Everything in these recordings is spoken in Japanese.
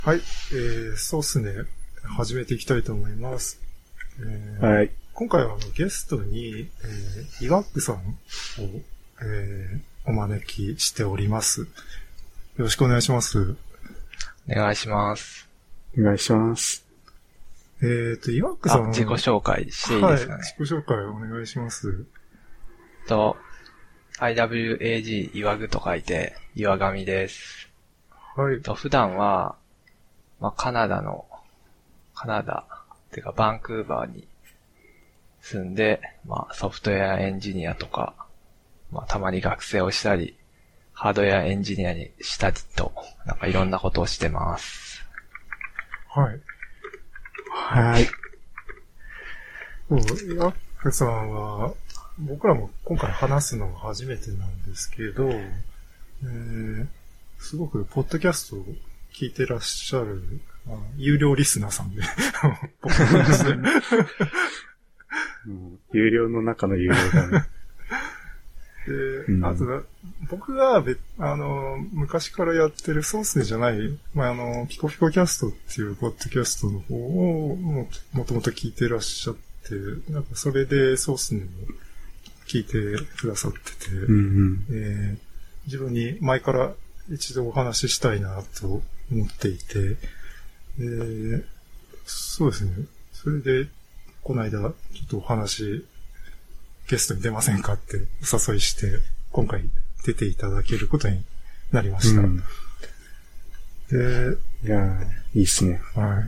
はい、そうっすね。始めていきたいと思います。 はい。 今回はゲストに、イワックさんを、お招きしております。よろしくお願いします。 お願いします。 お願いします。 イワックさん。 自己紹介していいですかね。 はい、自己紹介お願いします。 IWAG 岩具と書いて、岩上です。 はい。 普段は、カナダっていうかバンクーバーに住んで、ソフトウェアエンジニアとか、たまに学生をしたり、ハードウェアエンジニアにしたりと、いろんなことをしてます。 はい。 はい。 イワックさんは、僕らも今回話すのは初めてなんですけど、すごくポッドキャストを聞いてらっしゃる、有料リスナーさんで、僕ですね。 有料の中の有料だね。 で、あと、僕が昔からやってるソースネじゃない、ピコピコキャストっていうポッドキャストの方をもともと聞いてらっしゃって、それでソースネを聞いてくださってて、自分に前から一度お話ししたいなと思っていて、そうですね。それで、この間、ちょっとお話、ゲストに出ませんかってお誘いして、今回出ていただけることになりました。で、 いやいいっすね。 はい。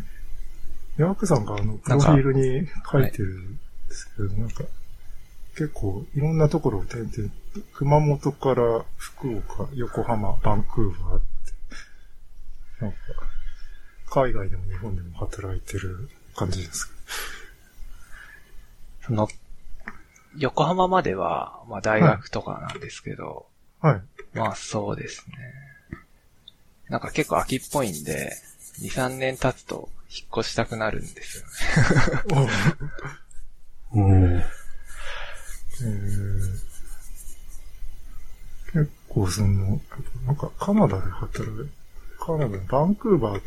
ヤークさんがプロフィールに書いてるんですけど、結構いろんなところを転々、熊本から福岡、横浜、バンクーバーって、海外でも日本でも働いてる感じですか？ 横浜までは、大学とかなんですけど、 はい。 そうですね。結構秋っぽいんで、2、3年経つと引っ越したくなるんですよね。 結構カナダでカナダ、バンクーバーって、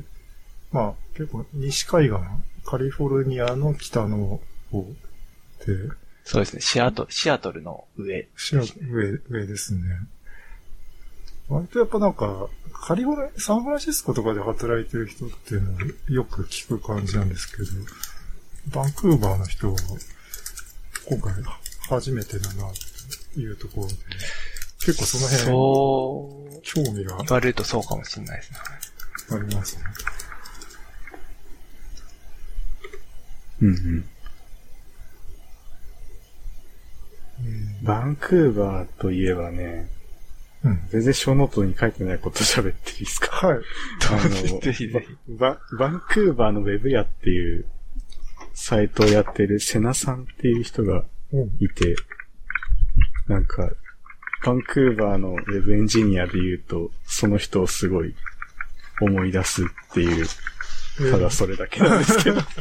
結構西海岸、カリフォルニアの北の方で、 そうですね、シアトルの上ですね。割とやっぱサンフランシスコとかで働いてる人っていうのはよく聞く感じなんですけど、バンクーバーの人は今回初めてだなというところで、結構その辺、興味が言われるとそうかもしれないですね。 ありますね。 バンクーバーといえばね、全然ショーノートに書いてないこと喋っていいですか？ はい。 ぜひぜひ。 バンクーバーのウェブ屋っていうサイトをやってるセナさんっていう人がいて、バンクーバーのウェブエンジニアで言うと、その人をすごい思い出すっていう、ただそれだけなんですけど。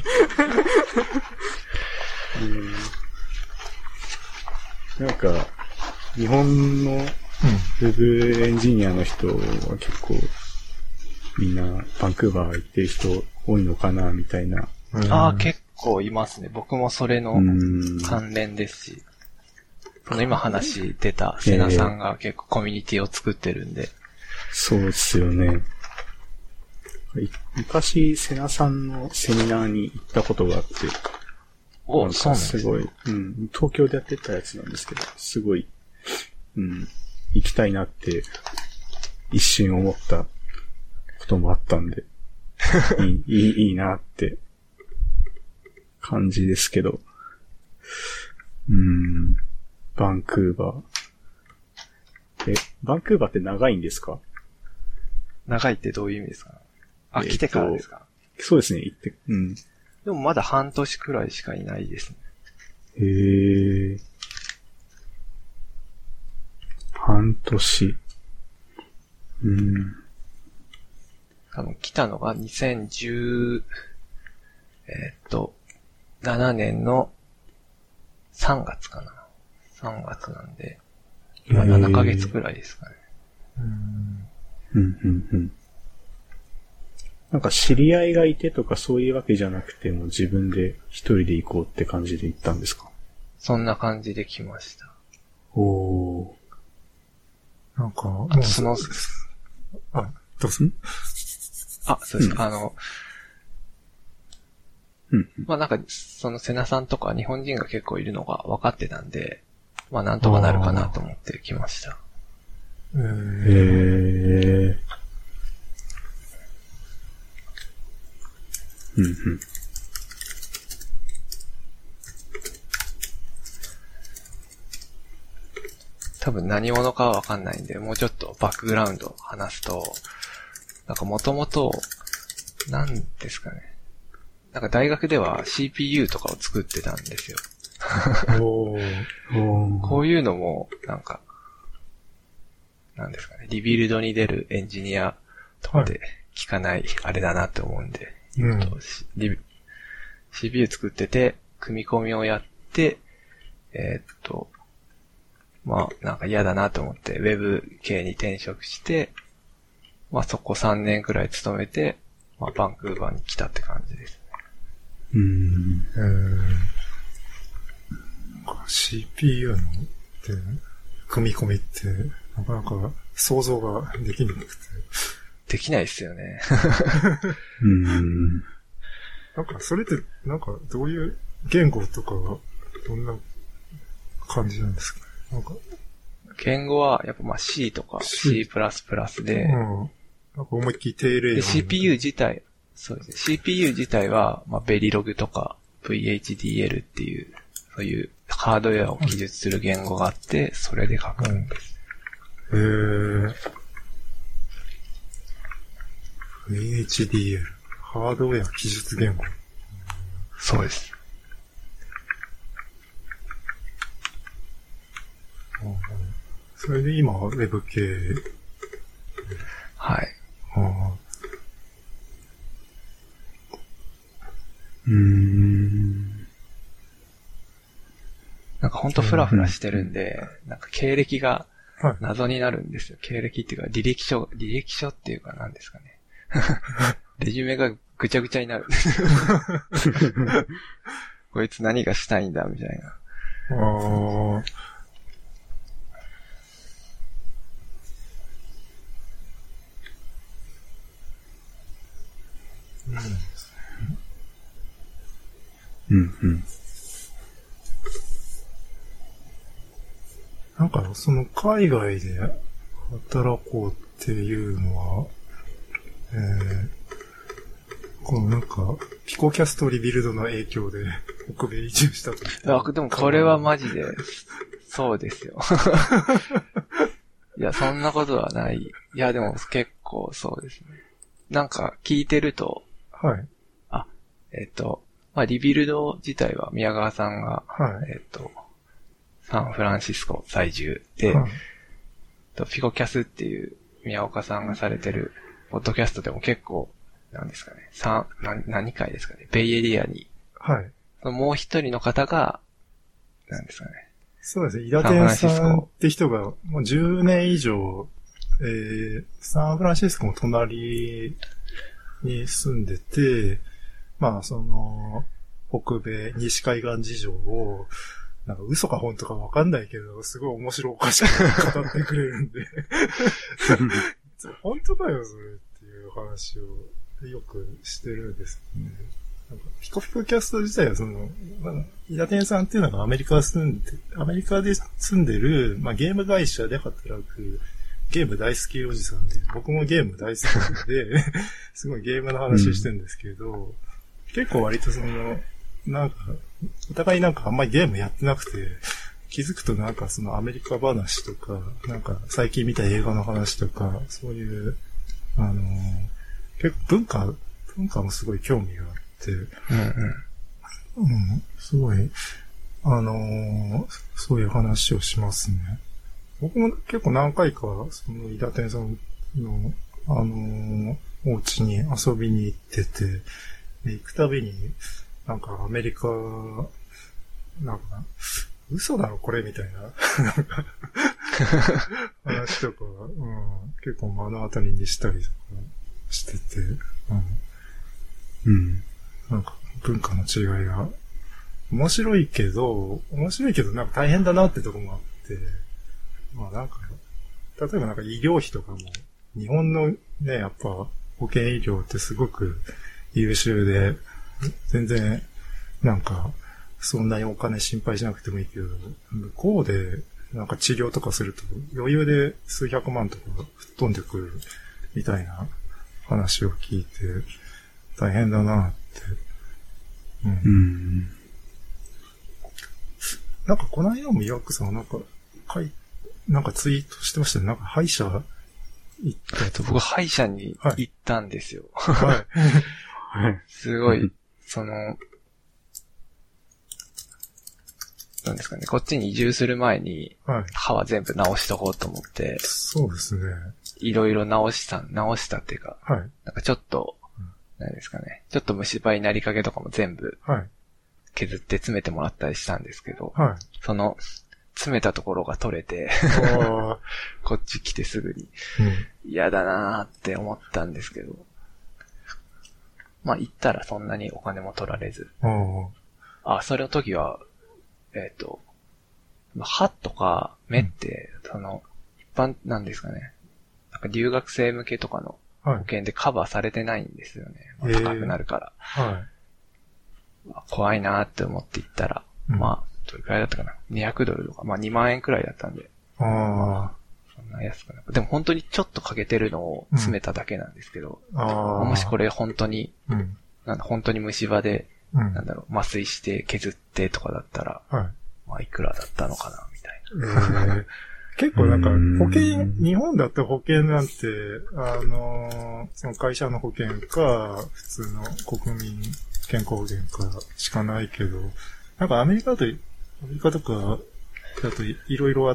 日本のウェブエンジニアの人は結構、みんなバンクーバー行ってる人多いのかな、みたいな。 結構いますね。僕もそれの関連ですし。今話出たセナさんが結構コミュニティを作ってるんで。 そうですよね。昔、セナさんのセミナーに行ったことがあって。 そうなんですね。 すごい、東京でやってたやつなんですけど、すごい、行きたいなって一瞬思ったこともあったんで、いいなって感じですけど、バンクーバー。バンクーバーって長いんですか？ 長いってどういう意味ですか？来てからですか？ そうですね、行って、 でもまだ半年くらいしかいないですね。 半年。 多分来たのが2017年の3月かな。3月なんで、今7ヶ月くらいですかね。 なんか知り合いがいてとかそういうわけじゃなくても自分で一人で行こうって感じで行ったんですか？ そんな感じで来ました。 おー。 なんか、もあう、 その、 あ、どうすん？ あ、そうです。 うんまあなんか、そのセナさんとか日本人が結構いるのが分かってたんで、まあなんとかなるかなと思って来ました。 へー。 多分何者かはわかんないんで、もうちょっとバックグラウンドを話すと、なんかもともと、なんですかね。なんか大学では CPU とかを作ってたんですよ。 おー。 こういうのも、なんか、なんですかね。リビルドに出るエンジニアとかで聞かないあれだなって思うんで、言うと、CPU 作ってて、組み込みをやって、まあ、なんか嫌だなと思って、ウェブ系に転職して、まあそこ3年くらい勤めて、まあバンクーバーに来たって感じです。 CPU のって、組み込みって、なかなか想像ができなくて。 できないですよね。 なんかそれって、なんかどういう言語とかが、どんな感じなんですか？なんか言語は、やっぱまあ C とか C++ で、 なんか思いっきり低レイヤー。 で、CPU 自体、そうですね。CPU 自体は、まあ、ベリログとか VHDL っていう、そういうハードウェアを記述する言語があって、それで書くんです。 VHDL。ハードウェア記述言語。 そうです。 それで今、ウェブ系。 はい。なんかほんとフラフラしてるんで、なんか経歴が謎になるんですよ。経歴っていうか、履歴書っていうか何ですかね。レジュメがぐちゃぐちゃになるんですよ。こいつ何がしたいんだ、みたいな。 なんか、その海外で働こうっていうのは、このなんか、ピコキャストリビルドの影響で北米移住したと。 でもこれはマジで、そうですよ。いや、そんなことはない。いや、でも結構そうですね。なんか聞いてると、 はい。 まあ、リビルド自体は宮川さんが、 はい。 サンフランシスコ在住で、ピコキャスっていう宮岡さんがされてるポッドキャストでも結構、なんですかね、何回ですかね、ベイエリアに、 はい。 もう一人の方が、なんですかね。 そうですね、イダテンさんって人が、もう10年以上、サンフランシスコの隣に住んでて、まあ、その、北米、西海岸事情を、なんか嘘か本当かわかんないけど、すごい面白おかしく語ってくれるんで。本当かよ、それっていう話をよくしてるんですよね。なんかピコピコキャスト自体はその、イダテンさんっていうのがアメリカで住んでる、まあゲーム会社で働く、ゲーム大好きおじさんで、僕もゲーム大好きなんで、すごいゲームの話してるんですけど、結構割とその、なんか、お互いなんかあんまりゲームやってなくて、気づくとなんかそのアメリカ話とか、なんか最近見た映画の話とか、そういう、結構文化もすごい興味があって、すごい、そういう話をしますね。僕も結構何回か、そのイダテンさんの、お家に遊びに行ってて、で行くたびに、なんかアメリカ、なんか、嘘だろこれみたいな、なんか話とか、結構目の当たりにしたりとかしてて、 うん。 なんか文化の違いが、面白いけどなんか大変だなってとこもあって、まあなんか、例えばなんか医療費とかも、日本のね、やっぱ保険医療ってすごく優秀で、全然なんかそんなにお金心配しなくてもいいけど、向こうでなんか治療とかすると余裕で数百万とか吹っ飛んでくるみたいな話を聞いて大変だなって。なんかこの間もイワックさんなんかツイートしてましたね。なんか歯医者行ったと。 僕歯医者に行ったんですよ。 はい。 すごい、なんですかね、こっちに移住する前に、歯は全部直しとこうと思って、 そうですね。 いろいろ直したっていうか、なんかちょっと、なんですかね、ちょっと虫歯になりかけとかも全部、削って詰めてもらったりしたんですけど、その、詰めたところが取れて、こっち来てすぐに、嫌だなーって思ったんですけど、まあ行ったらそんなにお金も取られず、それの時は、歯とか目って、一般なんですかね。なんか留学生向けとかの保険でカバーされてないんですよね。高くなるから。怖いなーって思って行ったら、まあ、どれくらいだったかな ?200 ドルとか、まあ2万円くらいだったんで。そんな安くなく。でも本当にちょっと欠けてるのを詰めただけなんですけど、もしこれ本当に、本当に虫歯で、麻酔して削ってとかだったら、まあいくらだったのかな、みたいな。 結構なんか、日本だったら保険なんて、その会社の保険か、普通の国民健康保険かしかないけど、なんかアメリカとかだといろいろあって、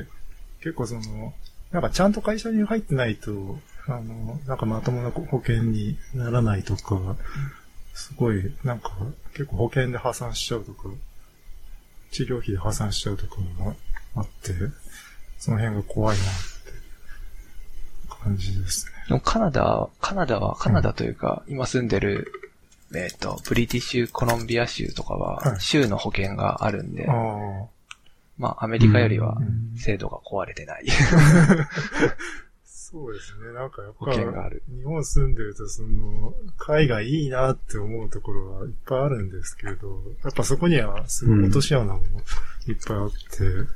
結構なんかちゃんと会社に入ってないと、なんかまともな保険にならないとか、すごい、なんか結構保険で破産しちゃうとか、治療費で破産しちゃうとかもあって、その辺が怖いなって感じですね。 でもカナダというか、今住んでる、ブリティッシュコロンビア州とかは、州の保険があるんで、まあ、アメリカよりは制度が壊れてない。 そうですね。なんかやっぱ、 保険がある。 日本住んでると、海外いいなって思うところはいっぱいあるんですけど、やっぱそこにはすごい落とし穴もいっぱいあって、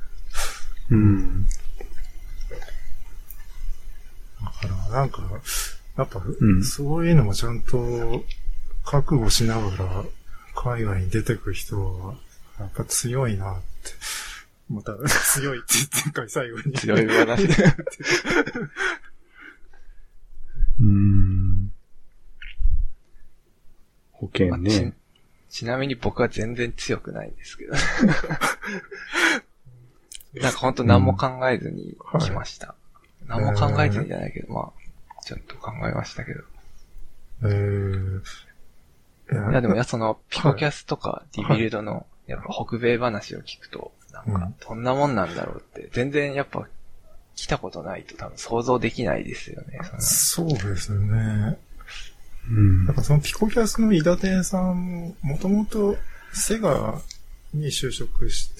だからなんか、やっぱ、そういうのもちゃんと覚悟しながら海外に出てく人は、やっぱ強いなって。また、強いって言ってから最後に。 強い話。 保険ね。 ちなみに僕は全然強くないんですけど。なんかほんと何も考えずに来ました。何も考えずにじゃないけど、まあ、ちょっと考えましたけど。いやでもその、ピコキャスとかリビルドの、やっぱ北米話を聞くと、なんか、どんなもんなんだろうって、全然やっぱ、来たことないと多分想像できないですよね。 そうですね。なんかそのピコキャスの伊達店さんもともとセガに就職して、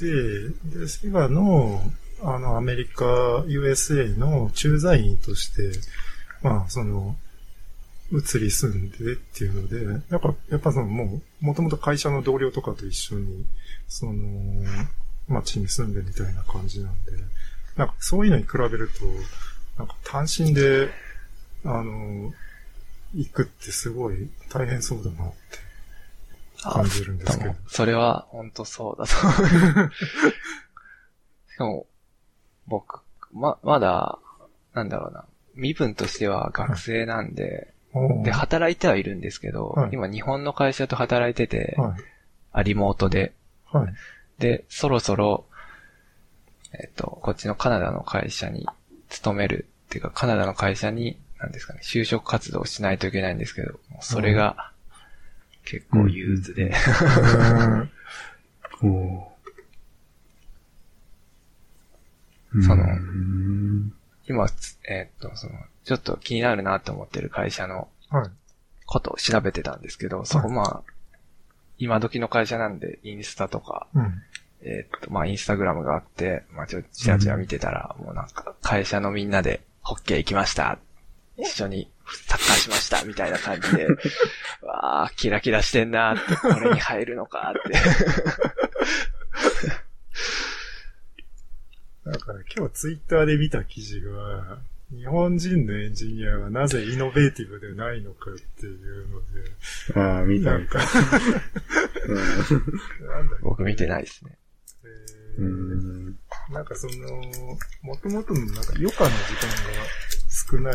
で、セガの、アメリカ、USA の駐在員として、まあ、移り住んでっていうので、やっぱもともと会社の同僚とかと一緒に、街に住んでみたいな感じなんで、なんかそういうのに比べると、なんか単身で、行くってすごい大変そうだなって感じるんですけど。 それは本当そうだと思う。しかも、僕、まだ、なんだろうな、身分としては学生なんで、で、働いてはいるんですけど、今日本の会社と働いてて、リモートで、で、そろそろ、こっちのカナダの会社に勤めるっていうか、カナダの会社に、なんですかね、就職活動しないといけないんですけど、それが結構憂鬱で。今、ちょっと気になるなと思ってる会社のことを調べてたんですけど、そこまあ、今時の会社なんでインスタとか、まあインスタグラムがあって、まあちラチラ見てたら、もうなんか会社のみんなでホッケー行きました。一緒にサッカーしましたみたいな感じで、わー、キラキラしてんなーって、これに入るのかーって。 だから今日ツイッターで見た記事が、日本人のエンジニアがなぜイノベーティブでないのかっていうので。 ああ、見たんか。 僕見てないですね。 なんかもともとのなんか余暇の時間が少ない。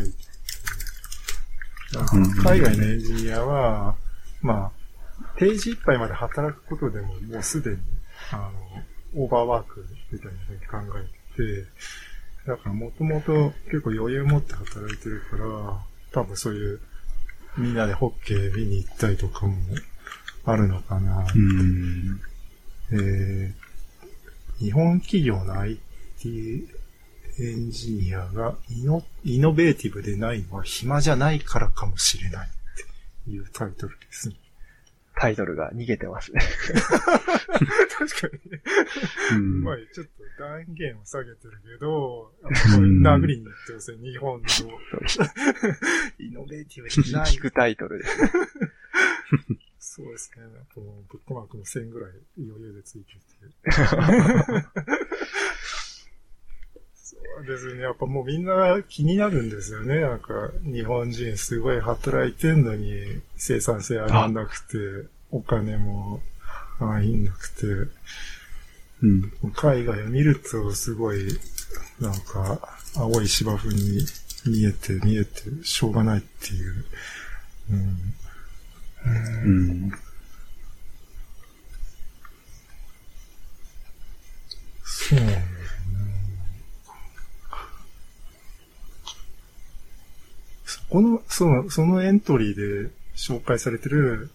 なんか海外のエンジニアは、まあ、定時いっぱいまで働くことでももうすでに、オーバーワークみたいなふうに考えて、だからもともと結構余裕持って働いてるから、多分そういうみんなでホッケー見に行ったりとかもあるのかな。日本企業の IT エンジニアがイノベーティブでないのは暇じゃないからかもしれないっていうタイトルですね。 タイトルが逃げてますね。 確かに。まあちょっと断言を下げてるけど、殴りに行ってますね、日本のイノベーティブでない。 聞くタイトルです。 そうですね。ブックマークの線ぐらい余裕でついてて。そうですね。やっぱもうみんな気になるんですよね。なんか日本人すごい働いてんのに生産性上がんなくて、お金も入んなくて、海外を見るとすごいなんか青い芝生に見えてしょうがないっていう。そうなんですね。そのエントリーで紹介されてる、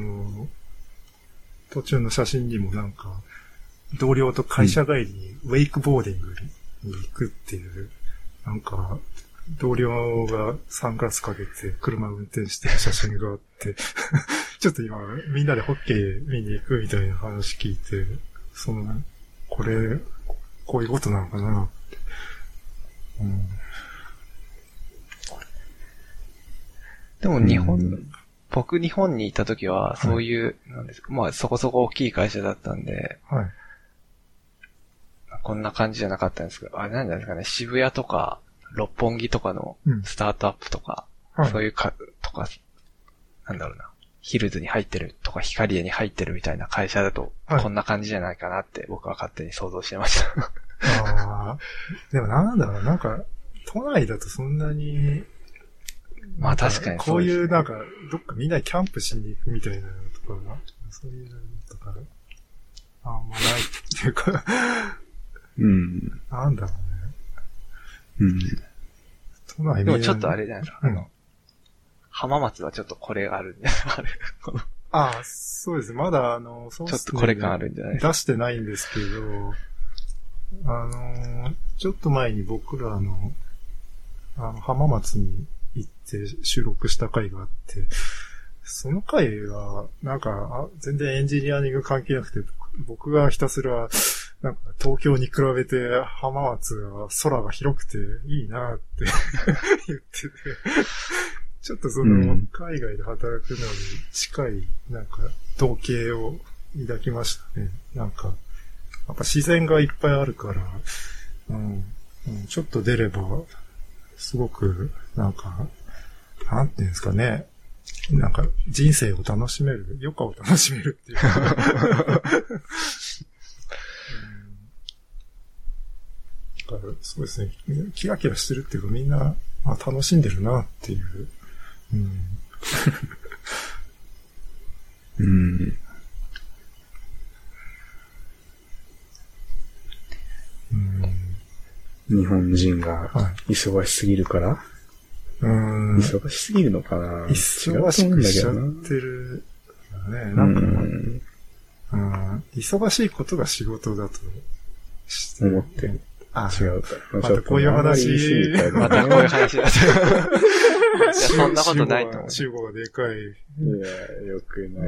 途中の写真にもなんか、同僚と会社帰りにウェイクボーディングに行くっていう、なんか、同僚がサングラスかけて車を運転してる写真があって、ちょっと今みんなでホッケー見に行くみたいな話聞いて、こういうことなのかなって。 でも僕日本にいた時はそういう、なんですか、まあそこそこ大きい会社だったんで、こんな感じじゃなかったんですけど、なんですかね、渋谷とか六本木とかのスタートアップとか、そういうとか、なんだろうな、ヒルズに入ってるとかヒカリエに入ってるみたいな会社だと、こんな感じじゃないかなって僕は勝手に想像してました。 でもなんだろう、なんか、都内だとそんなに、 まあ確かにそうですね。こういうなんか、どっかみんなでキャンプしに行くみたいなのとか、そういうのとか、あんまないっていうか、なんだろうね。都内でもちょっとあれじゃないですか、浜松はちょっとこれがあるんで、 そうです。まだそうちょっとこれ感あるんじゃないですか。 出してないんですけど、ちょっと前に僕ら浜松に行って収録した回があって、その回は、なんか、全然エンジニアリング関係なくて、僕がひたすら、なんか東京に比べて浜松は空が広くていいなって言ってて、ちょっと海外で働くのに近い、なんか、統計を抱きましたね。なんか、やっぱ自然がいっぱいあるから、ちょっと出れば、すごく、なんか、なんていうんですかね。なんか、人生を楽しめる、余暇を楽しめるっていうか。そうですね。キラキラしてるっていうか、みんな、楽しんでるなっていう。 日本人が忙しすぎるから、忙しすぎるのかな。 忙しくしちゃってる。ね、なんか、忙しいことが仕事だと思ってる。 違うか。 またこういう話、 またこういう話だった。いや、そんなことないと思う。 主語がでかい。いや、 よくない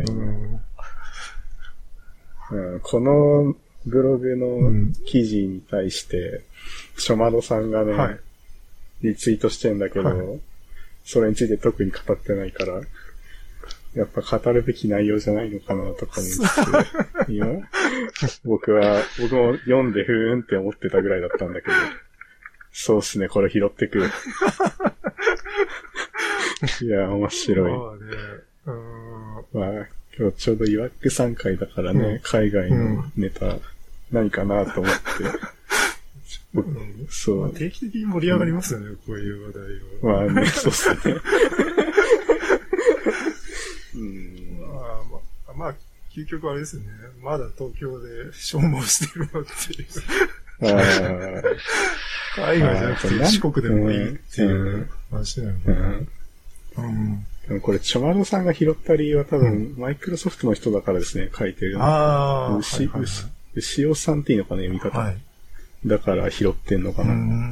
な。このブログの記事に対して、ちょまどさんがね、リツイートしてんだけど、それについて特に語ってないから、やっぱ語るべき内容じゃないのかなとか思って、今僕も読んでふーんって思ってたぐらいだったんだけど、そうっすね、これ拾ってくる。いや、面白い。まあ、今日ちょうどイワック3回だからね、海外のネタ、何かなと思って。そう、 定期的に盛り上がりますよね、こういう話題は。 まあね、そうっすね。 まあ、究極あれですよね。まだ東京で消耗してるよっていう。海外じゃなくて四国でもいいっていう話なのかな。 でもこれ、ちょまどさんが拾った理由は多分、マイクロソフトの人だからですね、書いてるの。牛尾さんっていいのかな、読み方。はい、だから拾ってんのかな。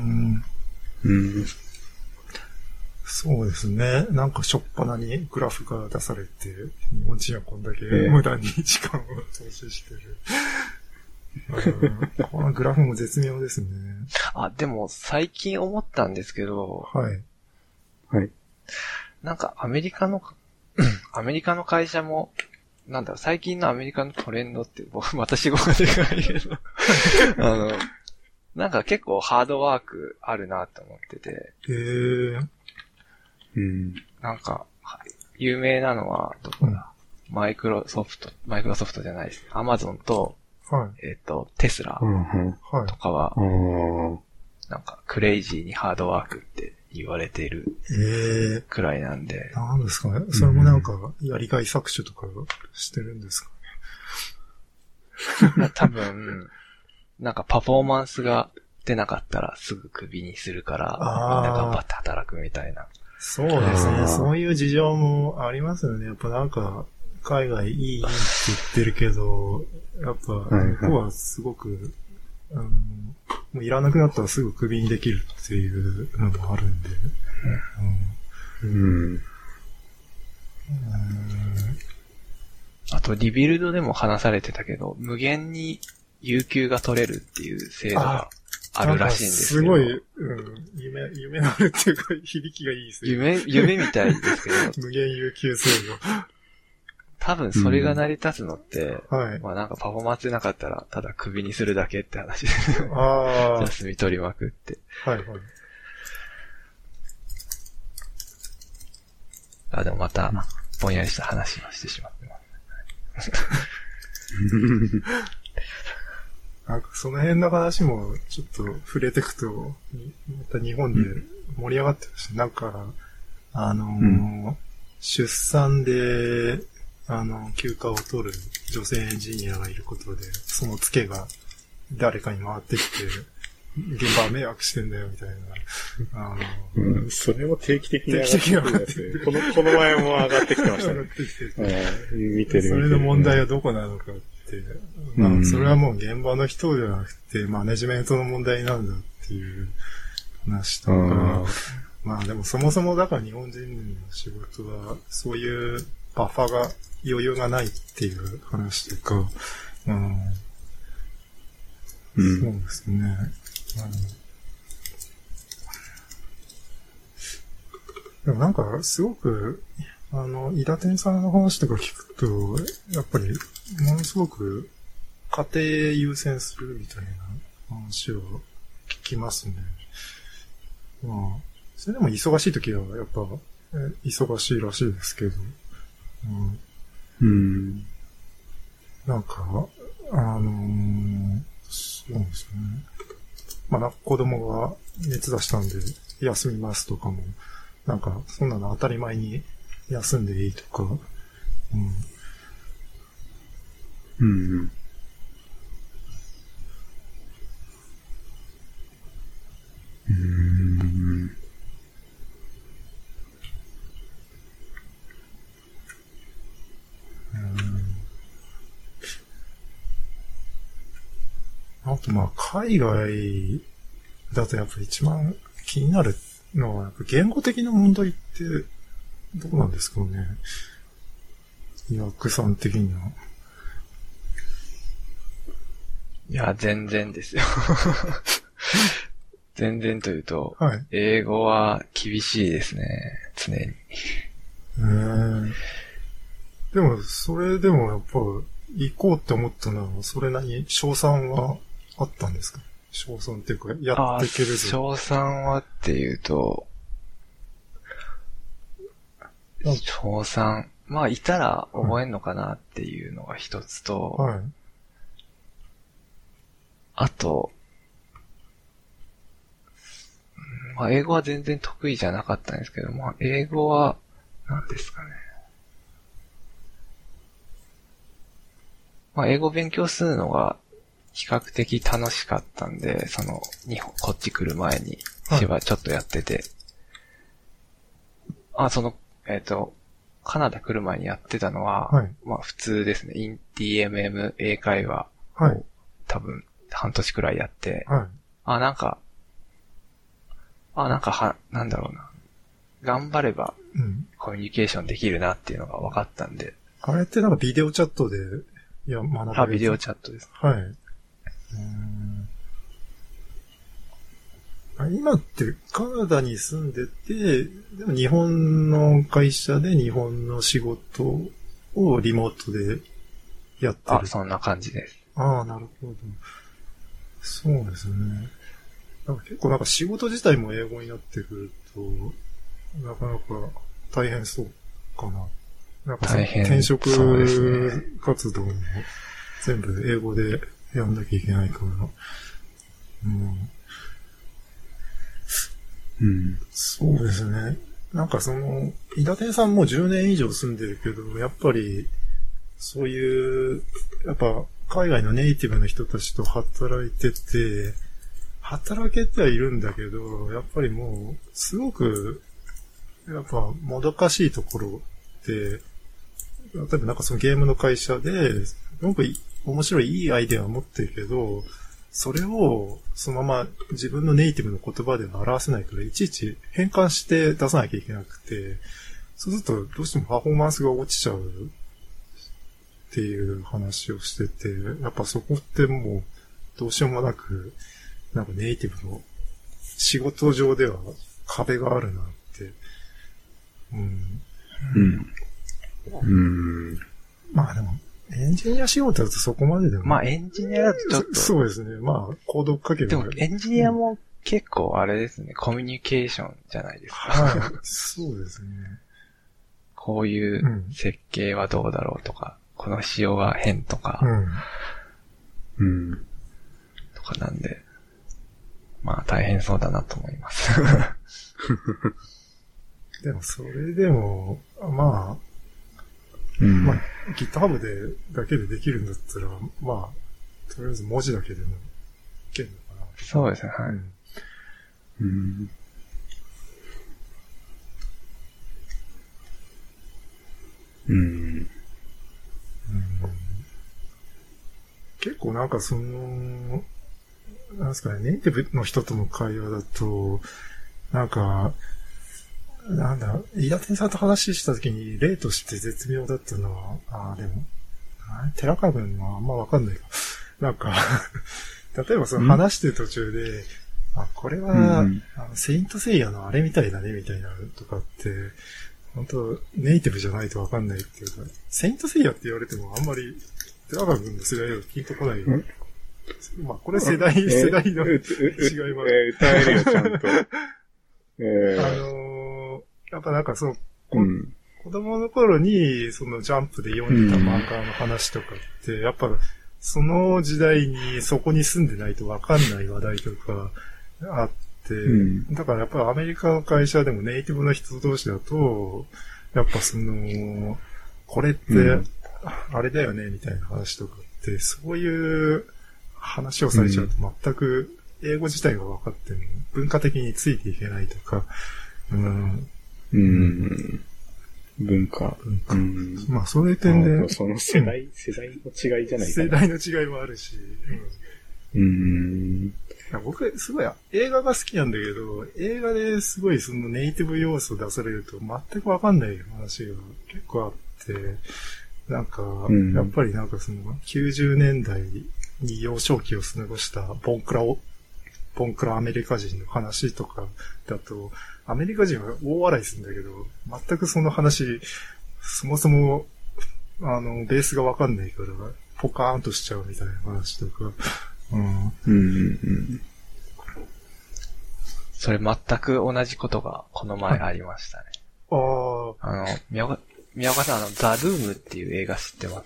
そうですね。なんかしょっぱなにグラフが出されて、日本人はこんだけ無駄に時間を投資してる。このグラフも絶妙ですね。 あ、でも最近思ったんですけど、 はい。 はい。 なんかアメリカの会社も、なんだろう、最近のアメリカのトレンドって、私語がでかいけど、なんか結構ハードワークあるなと思ってて。なんか、有名なのは、どこだ、マイクロソフトじゃないです。アマゾンと、テスラとかは、なんかクレイジーにハードワークって言われているくらいなんで。 なんですかね。それもなんか、やりがい搾取とかしてるんですかね。多分、なんかパフォーマンスが出なかったらすぐクビにするから、みんな頑張って働くみたいな。 そうですね。そういう事情もありますよね。やっぱなんか、海外いいって言ってるけど、やっぱ、向こうはすごく、もういらなくなったらすぐクビにできるっていうのもあるんで。 あと、リビルドでも話されてたけど、無限に有給が取れるっていう制度があるらしいんですけど。 すごい、夢のあるっていうか、響きがいいですね。夢みたいですけど。 無限有給制度。 多分それが成り立つのって、 はい。 まあなんかパフォーマンスなかったら、ただクビにするだけって話で。休み取りまくって。 はいはい。 でもまた、ぼんやりした話をしてしまってます。 なんかその辺の話もちょっと触れていくと、また日本で盛り上がってるし、なんか、出産で、休暇を取る女性エンジニアがいることで、そのツケが誰かに回ってきて、現場は迷惑してんだよみたいな。それも定期的に上がってる。この前も上がってきてましたね。上がってきて見てる。 それの問題はどこなのかって、まあ、それはもう現場の人じゃなくて、マネジメントの問題なんだっていう話とか、まあでもそもそもだから日本人の仕事は、そういうバッファが、余裕がないっていう話とか、そうですね。でもなんか、すごく、伊達天さんの話とか聞くと、やっぱり、ものすごく、家庭優先するみたいな話を聞きますね。まあ、それでも忙しい時は、やっぱ、忙しいらしいですけど、なんか、そうですね。まあ、子供が熱出したんで休みますとかも、なんか、そんなの当たり前に休んでいいとか、あとまあ海外だとやっぱり一番気になるのは、やっぱ言語的な問題ってどうなんですかね。医学さん的には。 いや、全然ですよ。全然というと、 はい。 英語は厳しいですね、常に。 でも、それでもやっぱ、行こうって思ったのは、それなりに賞賛はあったんですか？賞賛っていうか、やっていけるぞ。 賞賛はっていうと、賞賛、まあ、いたら覚えんのかなっていうのが一つと、 はい。 あと、まあ、英語は全然得意じゃなかったんですけど、まあ、英語は、何ですかね。まあ、英語勉強するのが比較的楽しかったんで、こっち来る前に、しばちょっとやってて、カナダ来る前にやってたのは、 はい、 まあ、普通ですね。イン DMM 英会話はい、 を多分半年くらいやって、 はい、 なんだろうな。頑張れば、コミュニケーションできるなっていうのが分かったんで。 あれってなんかビデオチャットで、学べる。 ビデオチャットです。 はい。今ってカナダに住んでて、でも日本の会社で日本の仕事をリモートでやってる。 そんな感じです。 なるほど。そうですね。結構なんか仕事自体も英語になってくると、なかなか大変そうかな。なんか転職活動も全部英語でやんなきゃいけないから。そうですね。なんか伊達さんも10年以上住んでるけど、やっぱり、そういう、やっぱ海外のネイティブの人たちと働いてて、働けてはいるんだけど、やっぱりもう、すごく、やっぱもどかしいところで、例えばなんかそのゲームの会社で、すごく面白いいいアイデアを持ってるけど、それをそのまま自分のネイティブの言葉では表せないから、いちいち変換して出さなきゃいけなくて、そうするとどうしてもパフォーマンスが落ちちゃうっていう話をしてて、やっぱそこってもうどうしようもなく、なんかネイティブの仕事上では壁があるなって。まあでも、エンジニア仕事だとそこまででも。 まあエンジニアだとちょっと。 そうですね。まあ、コードかける。 でもエンジニアも結構あれですね、コミュニケーションじゃないですか。 はい。そうですね。 こういう設計はどうだろうとか、この仕様が変とか。とかなんで、まあ大変そうだなと思います。 でもそれでも、まあ、GitHub だけでできるんだったら、まあ、とりあえず文字だけでもいけるのかな。 そうですね、はい。 結構なんかなんですかね、ネイティブの人との会話だと、なんか、伊達さんと話したときに例として絶妙だったのは、でも、寺川君はあんまわかんないか。なんか、例えば話してる途中で、これは、セイントセイヤのあれみたいだね、みたいなとかって、本当ネイティブじゃないとわかんないっていうか、セイントセイヤって言われてもあんまり、寺川君の世代では聞いてこないよ。まあ、これ世代の違いは。 歌えるよ、ちゃんと。 やっぱなんか子供の頃に、ジャンプで読んでた漫画の話とかって、やっぱ、その時代にそこに住んでないとわかんない話題とかあって、だからやっぱりアメリカの会社でもネイティブの人同士だと、やっぱこれって、あれだよね、みたいな話とかって、そういう話をされちゃうと全く英語自体が分かっても文化的についていけないとか、 文化。 まあそういう点で。 その世代の違いじゃないかな。 世代の違いもあるし。 や僕、すごい映画が好きなんだけど、映画ですごいそのネイティブ要素出されると全くわかんない話が結構あって、なんか、やっぱりなんかその90年代に幼少期を過ごしたボンクラアメリカ人の話とかだと、アメリカ人は大笑いするんだけど、全くその話、そもそも、ベースがわかんないから、ポカーンとしちゃうみたいな話とか、 それ全く同じことがこの前ありましたね。宮岡さん、ザ・ルームっていう映画知ってます？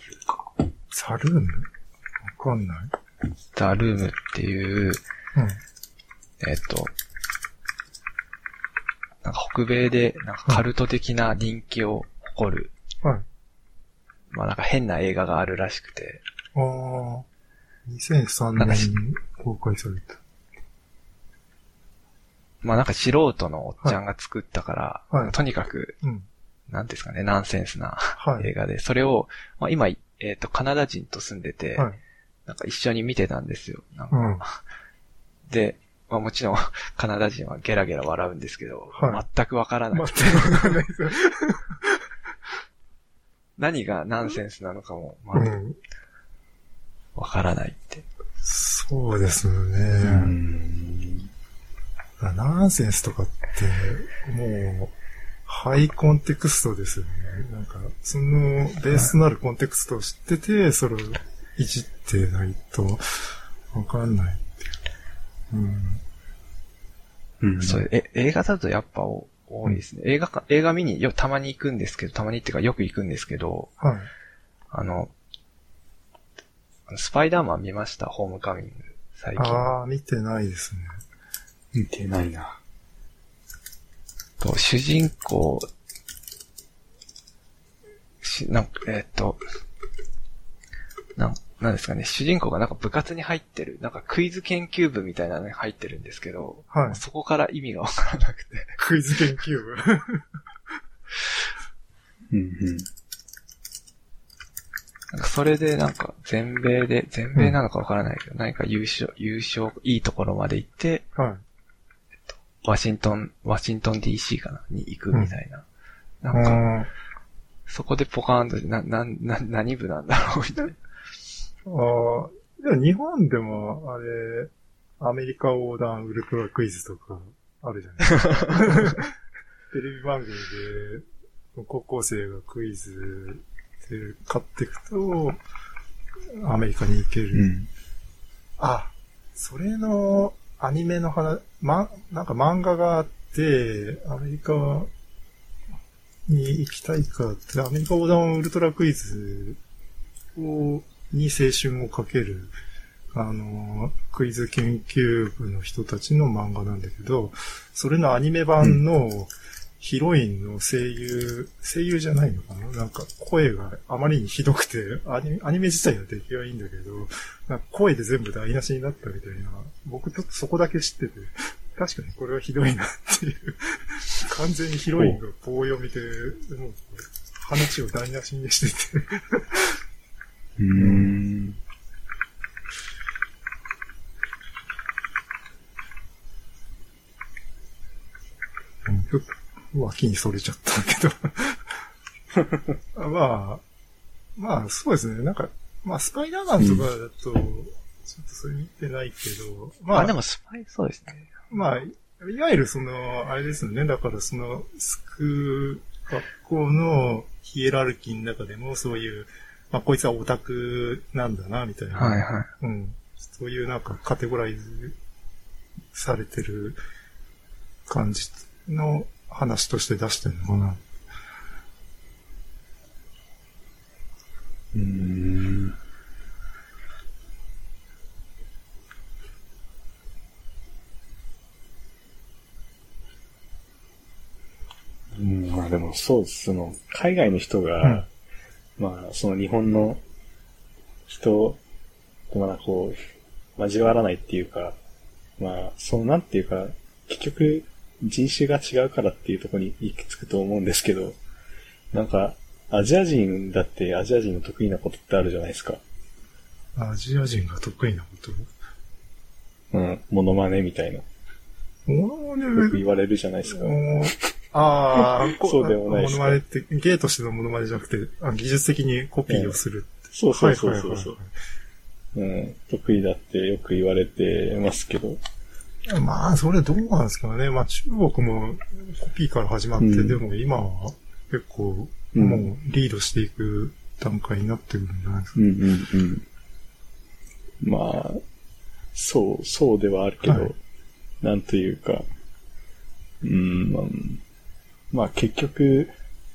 ザ・ルーム？わかんない。 ザ・ルームっていう、なんか北米でなんかカルト的な人気を誇る、まあなんか変な映画があるらしくて。 2003年に公開された。 まあなんか素人のおっちゃんが作ったから、とにかく、なんですかね、ナンセンスな映画で、それを、まあ今、カナダ人と住んでて、なんか一緒に見てたんですよ。なんかで、まあもちろんカナダ人はゲラゲラ笑うんですけど、全くわからなくて。何がナンセンスなのかも、まあ、わからないって。 そうですね。ナンセンスとかって、もう、ハイコンテクストですよね。なんか、その、ベースとなるコンテクストを知ってて、それをいじってないと、わかんないっていう。 それ、映画だとやっぱ多いですね。映画見にたまに行くんですけど、たまにっていうかよく行くんですけど、スパイダーマン見ました？ホームカミング、最近。 見てないですね。 見てないな。 主人公、なんですかね、主人公がなんか部活に入ってる、なんかクイズ研究部みたいなのに入ってるんですけど、そこから意味がわからなくて。 クイズ研究部なんかそれでなんか全米なのかわからないけど、何か優勝、いいところまで行って、ワシントン DC かなに行くみたいな。なんか、そこでポカーンと、何部なんだろうみたいな。 でも日本でも、アメリカ横断ウルトラクイズとかあるじゃないですか。テレビ番組で、高校生がクイズで買っていくと、アメリカに行ける。それのアニメのなんか漫画があって、アメリカに行きたいかって、アメリカ横断ウルトラクイズに青春をかける、クイズ研究部の人たちの漫画なんだけど、それのアニメ版のヒロインの声優じゃないのかな？なんか声があまりにひどくて、アニメ自体の出来はいいんだけど、なんか声で全部台無しになったみたいな、僕ちょっとそこだけ知ってて、確かにこれはひどいなっていう、完全にヒロインが棒読みで、もう話を台無しにしてて、ちょっと脇にそれちゃったけどまあそうですね。なんかスパイダーマンとかだとちょっとそれ見てないけど、 でもそうですね。 いわゆるあれですよね。だから学校のヒエラルキーの中でもそういう、こいつはオタクなんだなみたいな、そういうなんかカテゴライズされてる感じの話として出してるのかな。 でもそう、海外の人が、その日本の人と交わらないっていうか、なんていうか、結局人種が違うからっていうところに行き着くと思うんですけど、なんか、アジア人だってアジア人の得意なことってあるじゃないですか。 アジア人が得意なこと？ モノマネみたいな。 モノマネよく言われるじゃないですか。 そうでもないですか。 モノマネって、芸としてのモノマネじゃなくて、技術的にコピーをする。 そう。得意だってよく言われてますけど。 まあ、それどうなんですかね。まあ、中国もコピーから始まって、でも今は結構、もうリードしていく段階になってるんじゃないですか。 まあ、そうではあるけど、なんというか、まあ結局、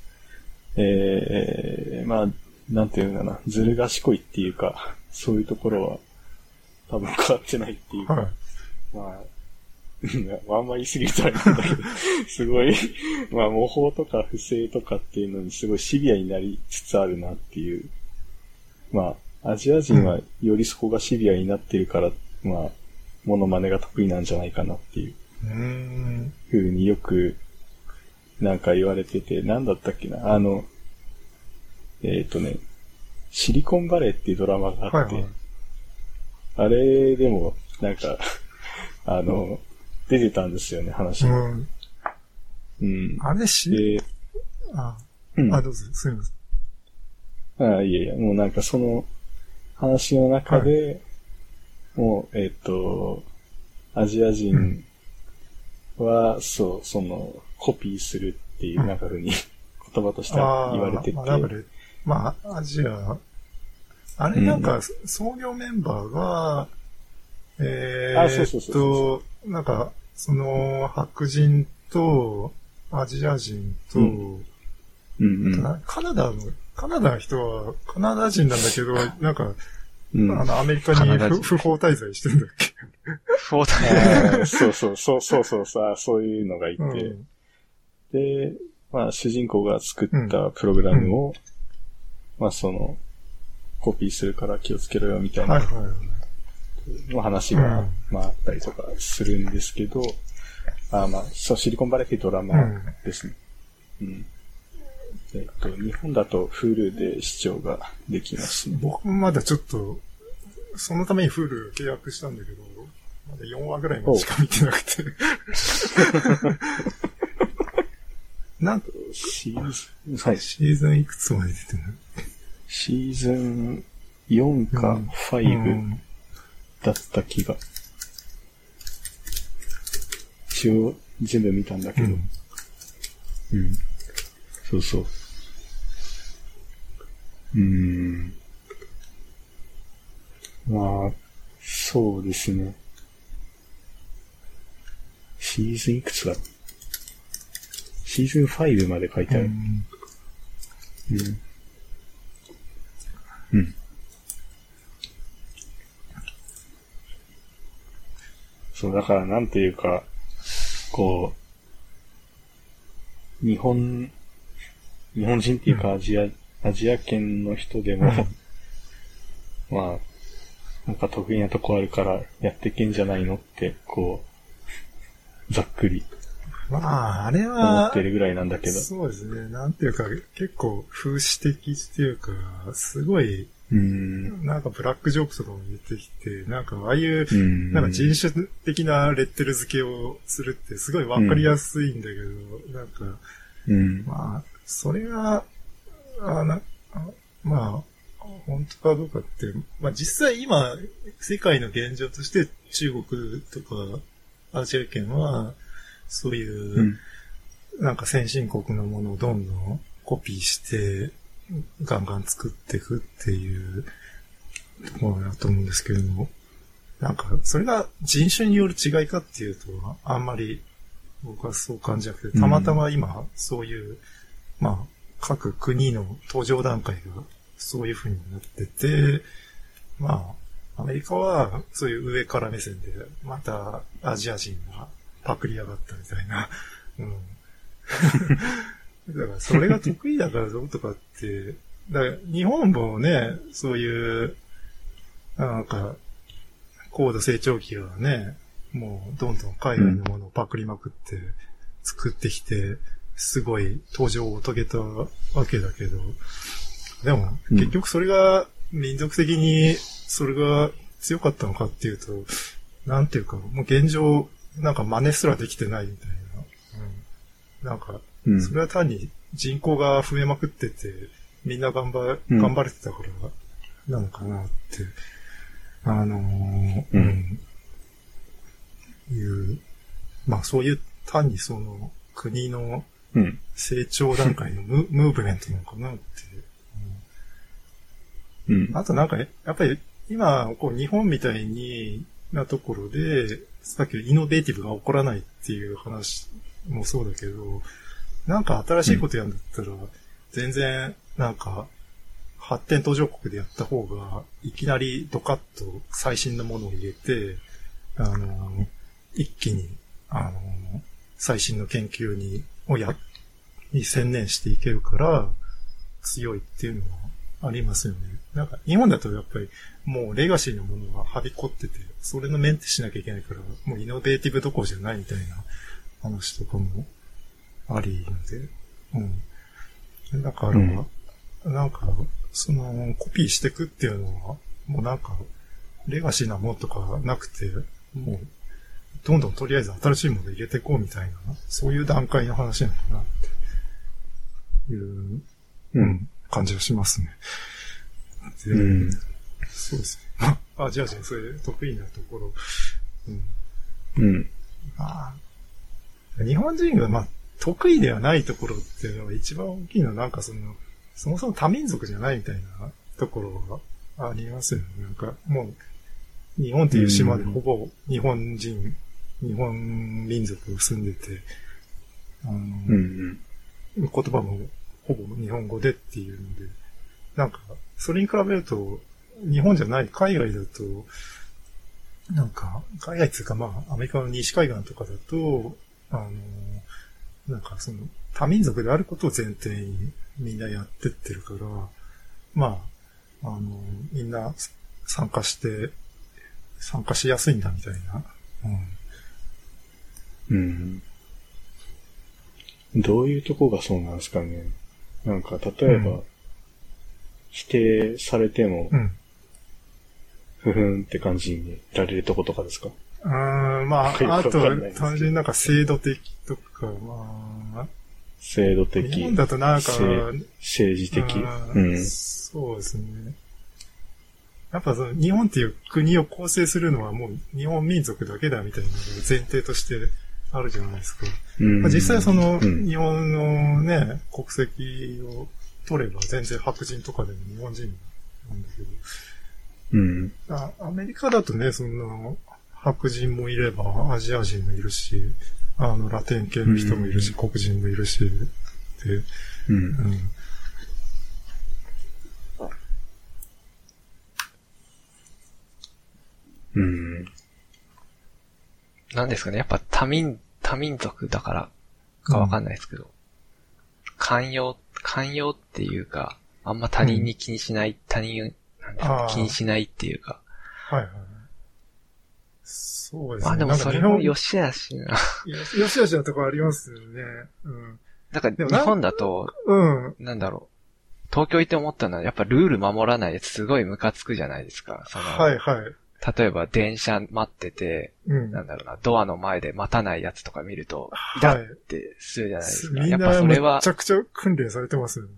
まあ、なんていうのかな、ずる賢いっていうか、そういうところは多分変わってないっていうか、まあんま言い過ぎるとあれなんだけど、すごい、まあ模倣とか不正とかっていうのにすごいシビアになりつつあるなっていう、まあ、アジア人はよりそこがシビアになってるから、まあ、モノマネが得意なんじゃないかなっていう、ふうによく、なんか言われてて、なんだったっけな、シリコンバレーっていうドラマがあって、あれでも、なんか、出てたんですよね、話が。 あれどうぞ、すみません。 いや、もうなんかその話の中で、もう、アジア人は、その、コピーするっていう、なんか風に言葉としては言われてて。 まあ、アジア、あれなんか、創業メンバーが、なんか、その、白人と、アジア人と、カナダの人は、カナダ人なんだけど、なんか、アメリカに不法滞在してるんだっけ？ 不法滞在。そういうのがいて、で、まあ、主人公が作ったプログラムを、まあ、コピーするから気をつけろよみたいな、の話が、まあ、あったりとかするんですけど、シリコンバレーっていうドラマですね。日本だと Hulu で視聴ができますね。 僕もまだちょっと、そのために Hulu 契約したんだけど、まだ4話ぐらいまでしか見てなくて。なんか、シーズンいくつまで出てるの？ シーズン4か5だった気が。一応全部見たんだけど。そう。まあ、そうですね。シーズンいくつだ？シーズン5まで書いてある。そう、だからなんていうか、こう、日本人っていうかアジア圏の人でも、まあ、なんか得意なとこあるからやってけんじゃないのって、こう、ざっくり。 まあ、あれは、 思ってるぐらいなんだけど。 そうですね。なんていうか、結構風刺的っていうか、すごい、なんかブラックジョークとかも出てきて、なんかああいう、なんか人種的なレッテル付けをするってすごいわかりやすいんだけど、なんか、まあ、それが、まあ、本当かどうかって、まあ実際今、世界の現状として中国とかアジア圏は、そういう、なんか先進国のものをどんどんコピーして、ガンガン作っていくっていうところだと思うんですけれども、なんか、それが人種による違いかっていうと、あんまり僕はそう感じなくて、たまたま今、そういう、まあ、各国の登場段階がそういう風になってて、まあ、アメリカはそういう上から目線で、またアジア人がパクりやがったみたいな。だからそれが得意だからどうとかって、だから日本もね、そういう、なんか、高度成長期はね、もうどんどん海外のものをパクりまくって作ってきて、すごい登場を遂げたわけだけど、でも結局それが民族的にそれが強かったのかっていうと、 なんていうか、もう現状、なんか真似すらできてないみたいな。なんか、それは単に人口が増えまくってて、みんな頑張れてたから、なのかなって、まあそういう単にその国の成長段階のムーブメントなのかなって。あとなんか、やっぱり今、こう日本みたいなところで、さっきイノベーティブが起こらないっていう話もそうだけど、なんか新しいことやるんだったら、全然なんか発展途上国でやった方が、いきなりドカッと最新のものを入れて、一気に、最新の研究に専念していけるから、強いっていうのはありますよね。なんか、日本だとやっぱり、もうレガシーのものがはびこってて、それのメンテしなきゃいけないから、もうイノベーティブどころじゃないみたいな話とかもありので、だから、なんか、その、コピーしていくっていうのは、もうなんか、レガシーなものとかなくて、もう、どんどんとりあえず新しいものを入れていこうみたいな、そういう段階の話なのかなっていう、感じがしますね。そうですね。じゃあそれ得意なところ。日本人が得意ではないところっていうのが一番大きいのはなんかそもそも多民族じゃないみたいなところがありますよね。なんかもう日本っていう島でほぼ日本民族が住んでて、言葉もほぼ日本語でっていうので、なんかそれに比べると日本じゃない海外だと、なんか海外っていうかアメリカの西海岸とかだと、なんかその多民族であることを前提にみんなやってってるから、みんな参加しやすいんだみたいな。 どういうとこがそうなんですかね。なんか例えば、否定されても、ふふんって感じにいられるとことかですか？ あとは単純になんか制度的とか、 制度的。 日本だとなんか、 政治的。 そうですね。やっぱその日本っていう国を構成するのはもう日本民族だけだみたいなのが前提としてあるじゃないですか。実際その日本のね、国籍を取れば全然白人とかでも日本人なんだけど、アメリカだとね、そんな白人もいればアジア人もいるし、ラテン系の人もいるし、黒人もいるし、で、 なんですかね、やっぱ多民族だからかわかんないですけど、寛容っていうか、あんま他人に気にしない、気にしないっていうか。 そうですね。 でもそれも良し悪しな。 良し悪しなとこありますよね。 だから日本だと、なんだろう。東京行って思ったのは、やっぱルール守らないやつすごいムカつくじゃないですか。例えば電車待ってて、なんだろうな、ドアの前で待たないやつとか見ると、イラってするじゃないですか。 みんなめちゃくちゃ訓練されてますよね。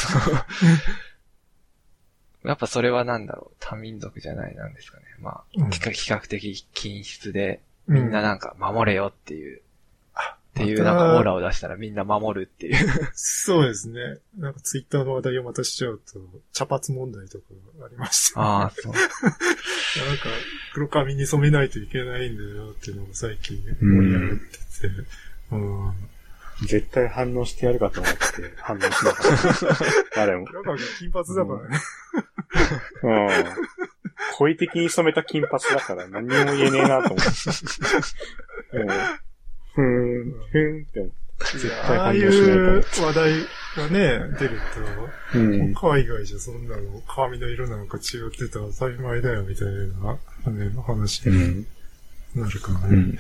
やっぱそれはなんだろう、多民族じゃないなんですかね。比較的均質で、みんななんか守れよっていう、なんかオーラを出したらみんな守るっていう。 そうですね。なんかツイッターの話題をまたしちゃうと、茶髪問題とかありましたね。 そう。 なんか、黒髪に染めないといけないんだよっていうのも最近盛り上がってて、 絶対反応してやるかと思って反応しなかった。誰も。 黒髪金髪だからね。 故意的に染めた金髪だから何にも言えねえなと思って。ふーんって思って。絶対反応しないと思って。 話題がね、出ると、海外じゃそんなの髪の色なんか違ってたら当たり前だよみたいな、話になるからね。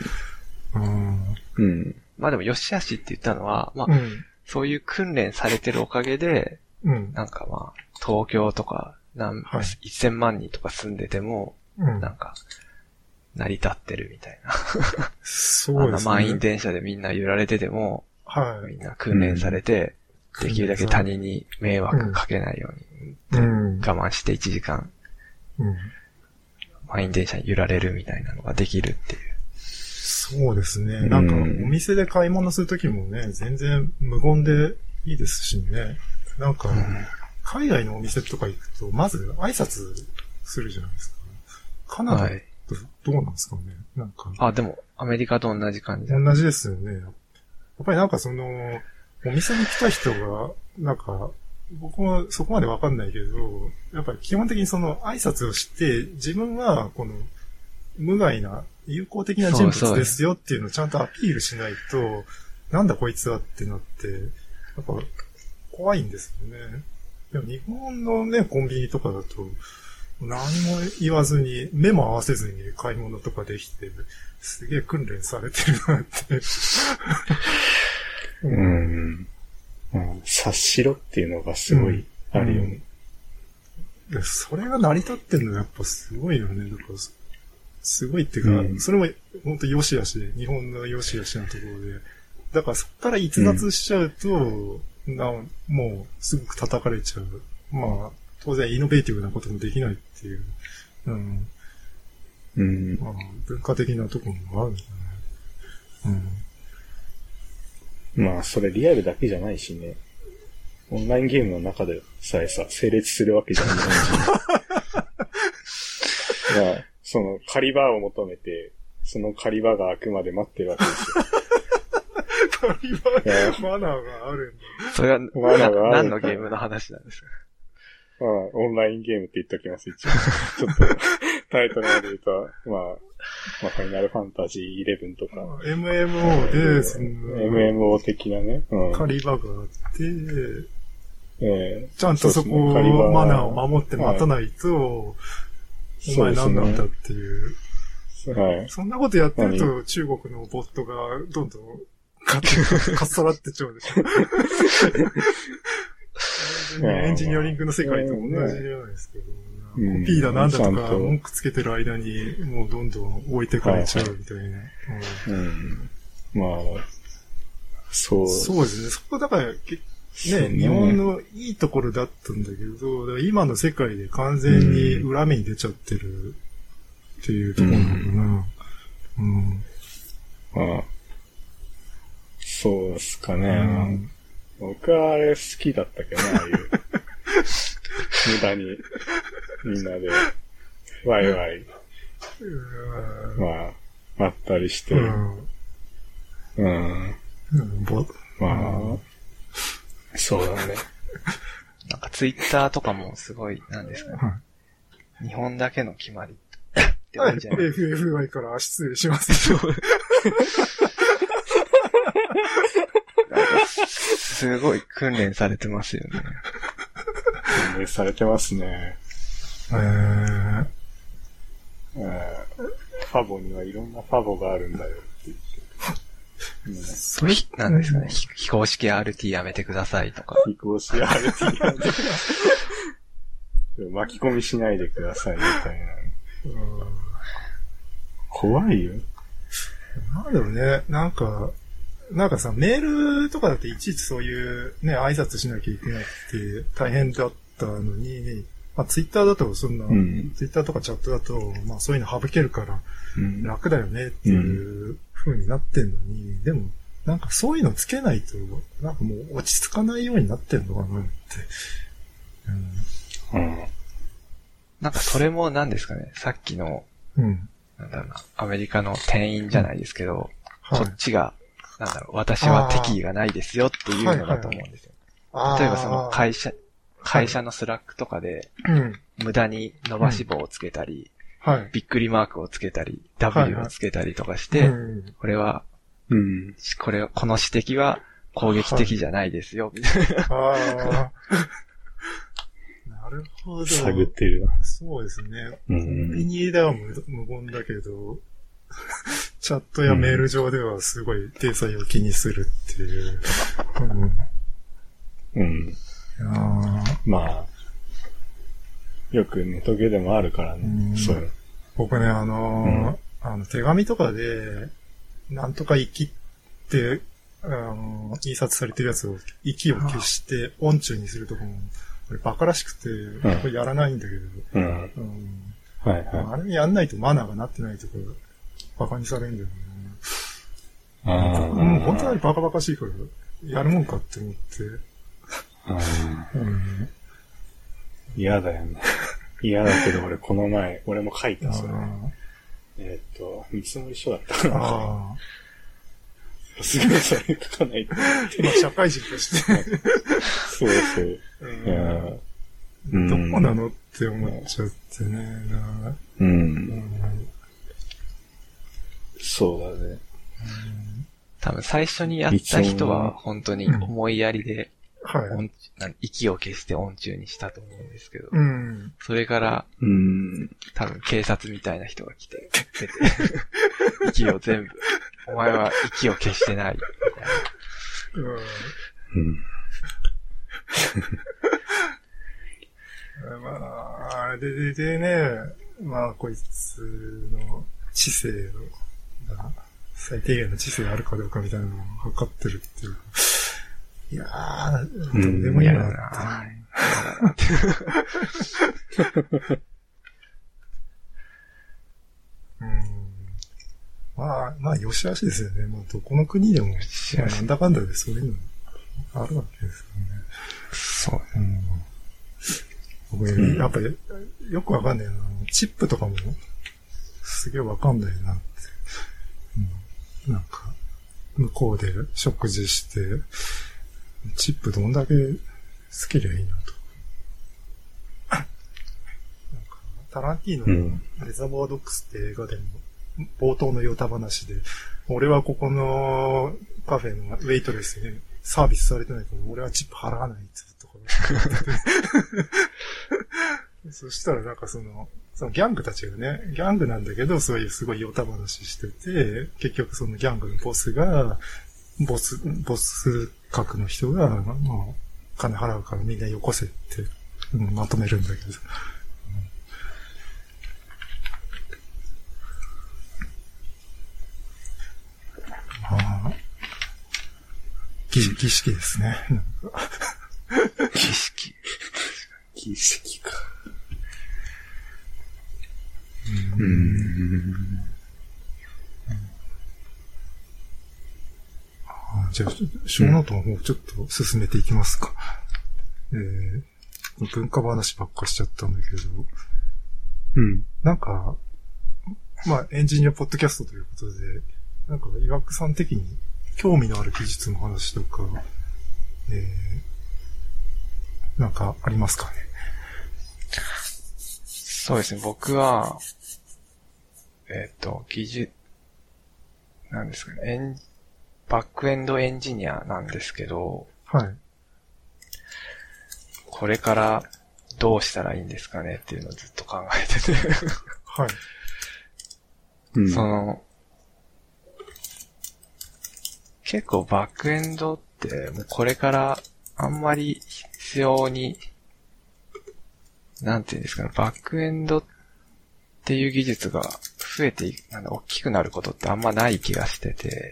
でも、よしあしって言ったのは、そういう訓練されてるおかげで、なんか東京とか、1000万人とか住んでても、なんか、 成り立ってるみたいな。 そうですね。 満員電車でみんな揺られてても、 はい。 みんな訓練されて、できるだけ他人に迷惑かけないように、我慢して1時間、満員電車に揺られるみたいなのができるっていう。 そうですね。なんか、お店で買い物するときもね、全然無言でいいですしね。なんか、海外のお店とか行くと、まず挨拶するじゃないですか。カナダとどうなんですかね。なんか。 でも、アメリカと同じ感じ。 同じですよね。やっぱりなんかお店に来た人が、なんか、僕もそこまでわかんないけど、やっぱり基本的に挨拶をして、自分は無害な、友好的な人物ですよっていうのをちゃんとアピールしないと、なんだこいつはってなって、やっぱ怖いんですよね。でも日本のね、コンビニとかだと、何も言わずに、目も合わせずに買い物とかできて、すげえ訓練されてるなって。 察しろっていうのがすごいあるよね。 それが成り立ってるのはやっぱすごいよね。だからすごいっていうか、それも本当良し悪しで、日本の良し悪しなところで、だからそこから逸脱しちゃうと、もうすごく叩かれちゃう。まあ、当然イノベーティブなこともできないっていう、まあ、文化的なところもあるんだね。 まあ、それリアルだけじゃないしね。オンラインゲームの中でさえ成立するわけじゃない。まあ、狩り場を求めて、その狩り場が開くまで待ってるわけですよ。 狩り場、マナーがあるんだ。 それは、何のゲームの話なんですか？ オンラインゲームって言っときます、一応。ちょっと、タイトルまで言うと、ファイナルファンタジー11とか。 MMO で、 MMO 的なね。 狩り場があって、ちゃんとそこをマナーを守って待たないと、お前何なんだっていう。そんなことやってると中国のボットがどんどんかっさらってっちゃうでしょ。エンジニアリングの世界と同じじゃないですけど、コピーだなんだとか文句つけてる間にもうどんどん置いてかれちゃうみたいな。そうですね。そこだから日本のいいところだったんだけど、今の世界で完全に裏目に出ちゃってるっていうところなのかな。 そうですかね。僕はあれ好きだったけどね、ああいう。無駄に、みんなで、ワイワイ、まったりして、そうだね。 なんかツイッターとかもすごい、なんですかね。日本だけの決まりって多いじゃないですか。 FFY から失礼します。 すごい訓練されてますよね。 訓練されてますね。ファボにはいろんなファボがあるんだよって言って。 なんですかね。非公式 RT やめてくださいとか。 非公式 RT やめてください。巻き込みしないでくださいみたいな。怖いよ。 なんだろうね。なんかさ、メールとかだっていちいちそういうね、挨拶しなきゃいけなくて大変だったのに、ツイッターだとそんな、ツイッターとかチャットだと、そういうの省けるから楽だよねっていう風になってんのに、でもなんかそういうのつけないと、なんかもう落ち着かないようになってんのかなって。 なんかそれも何ですかね、さっきの、なんだろうな、アメリカの店員じゃないですけど、こっちが、私は敵意がないですよっていうのだと思うんですよ。例えばその会社のスラックとかで、無駄に伸ばし棒をつけたり、びっくりマークをつけたり、W をつけたりとかして、この指摘は攻撃的じゃないですよ、みたいな。 なるほど。 探ってるな。 そうですね。コンビニでは無言だけど、チャットやメール上ではすごい体裁を気にするっていう。 よくネトゲでもあるからね。そう。 僕ね、 手紙とかで、なんとか生きって、印刷されてるやつを、息を消して音中にするとかも、これバカらしくて、これやらないんだけど、 はいはい。 あれやんないとマナーがなってないところ、バカにされるんだよね。もう本当にバカバカしいから、やるもんかって思って。 嫌だよね。嫌だけど俺この前、俺も書いたそれ。見積もり書だったかな。さすがにそれ書かないと。 社会人として。 そうそう。 どこなのって思っちゃってね。 そうだね。 多分最初にやった人は本当に思いやりで、息を消して音中にしたと思うんですけど、それから、多分警察みたいな人が来て、出て息を全部、お前は息を消してない、みたいな。まあ、あれでね、まあこいつの知性の、最低限の知性があるかどうかみたいなのを測ってるっていうか、いやー、どうでもいいなって。まあ、良し悪しですよね。まあ、どこの国でも、なんだかんだでそういうのあるわけですよね。そうね。僕、やっぱり、よくわかんないな。チップとかも、すげえわかんないなって。なんか、向こうで食事して、チップどんだけつけりゃいいなと。なんか、タランティーノのレザボアドックスって映画でも、冒頭のヨタ話で、俺はここのカフェのウェイトレスにサービスされてないから、俺はチップ払わないってところ。そしたらなんかそのギャングたちがね、ギャングなんだけど、そういうすごいヨタ話してて、結局そのギャングのボスが、ボス格の人が、まあ、金払うからみんなよこせって、まとめるんだけど。儀式ですね。 儀式か。 じゃあ、小ノートの方ちょっと進めていきますか。文化話ばっかしちゃったんだけど、なんか、まあ、エンジニアポッドキャストということで、なんか、岩久さん的に興味のある技術の話とか、なんかありますかね。 そうですね、僕は、なんですかね、バックエンドエンジニアなんですけど、これからどうしたらいいんですかねっていうのをずっと考えてて結構バックエンドってもうこれからあんまり必要に、なんていうんですかね、バックエンドっていう技術が増えて大きくなることってあんまない気がしてて、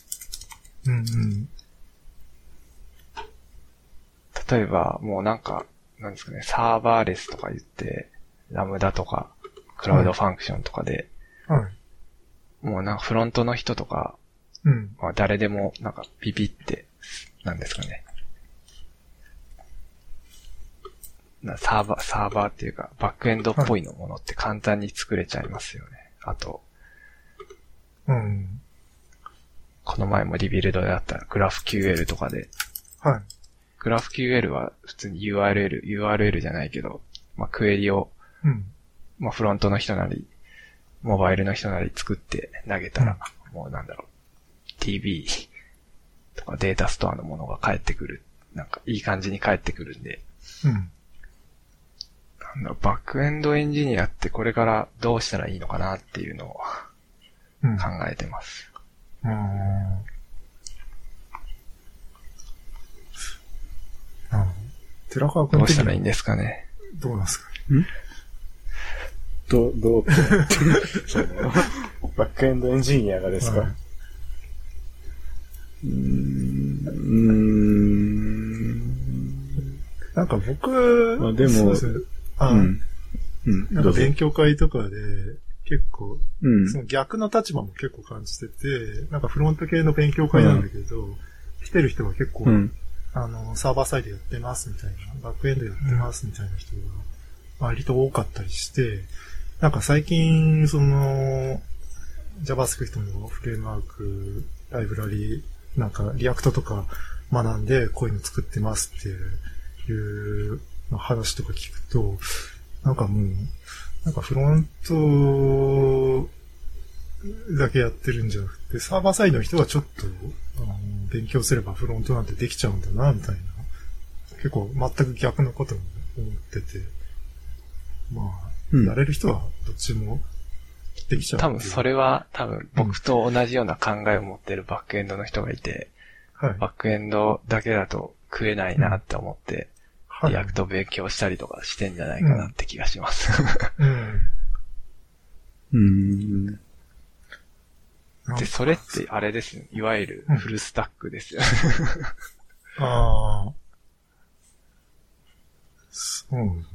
例えばもうなんですかね、サーバーレスとか言って、ラムダとかクラウドファンクションとかで、もうなんかフロントの人とか、まあ、誰でもなんかピピって、なんですかね。サーバーっていうか、バックエンドっぽいのものって簡単に作れちゃいますよね。あと、この前もリビルドであったグラフ QL とかで、グラフ QL は普通に URL じゃないけど、まあ、クエリを、まあ、フロントの人なり、モバイルの人なり作って投げたら、もうTB とかデータストアのものが返ってくる。なんかいい感じに返ってくるんで。バックエンドエンジニアってこれからどうしたらいいのかなっていうのを考えてます。 寺川君どうしたらいいんですかね。 どうなんですかどうその、バックエンドエンジニアがですか、はい、 なんか僕、 まあでも、 なんか勉強会とかで結構、その逆の立場も結構感じてて、なんかフロント系の勉強会なんだけど、来てる人が結構、サーバーサイドやってますみたいな、バックエンドやってますみたいな人が割と多かったりして、なんか最近、その、JavaScript のフレームワーク、ライブラリ、なんかリアクトとか学んでこういうの作ってますっていう話とか聞くと、なんかもう、なんかフロントだけやってるんじゃなくて、サーバーサイドの人はちょっと、勉強すればフロントなんてできちゃうんだな、みたいな。結構全く逆のことを思ってて。まあ、やれる人はどっちもできちゃう。 多分それは僕と同じような考えを持ってるバックエンドの人がいて、バックエンドだけだと食えないなって思って、リアクト勉強したりとかしてんじゃないかなって気がします。で、それってあれですよ。いわゆるフルスタックですよ。 ああ。そうですね。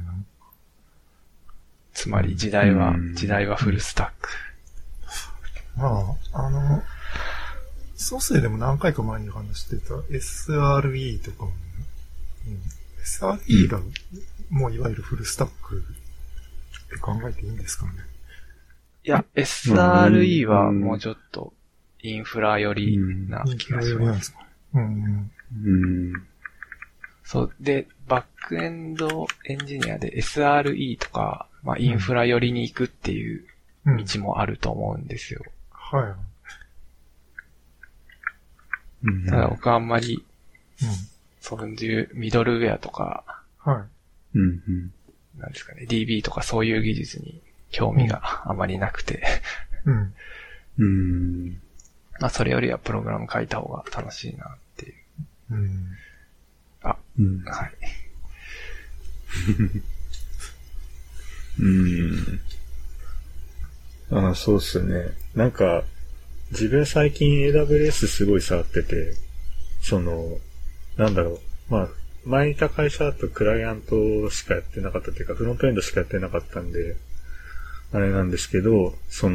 つまり時代はフルスタック。 まあ、ソースでも何回か前に話してた SRE とかも、SRE がもういわゆるフルスタックって考えていいんですかね。 いや、SRE はもうちょっとインフラ寄りな気がします。そう。で、バックエンドエンジニアで SRE とか、まあインフラ寄りに行くっていう道もあると思うんですよ。 はい。 ただ僕はあんまり、そういうミドルウェアとか、なんですかね、DB とかそういう技術に興味があまりなくて、まあそれよりはプログラム書いた方が楽しいなっていう。はい。 そうっすね。なんか、自分最近 AWS すごい触ってて、なんだろう。まあ、前にいた会社だとクライアントしかやってなかったというか、フロントエンドしかやってなかったんで、あれなんですけど、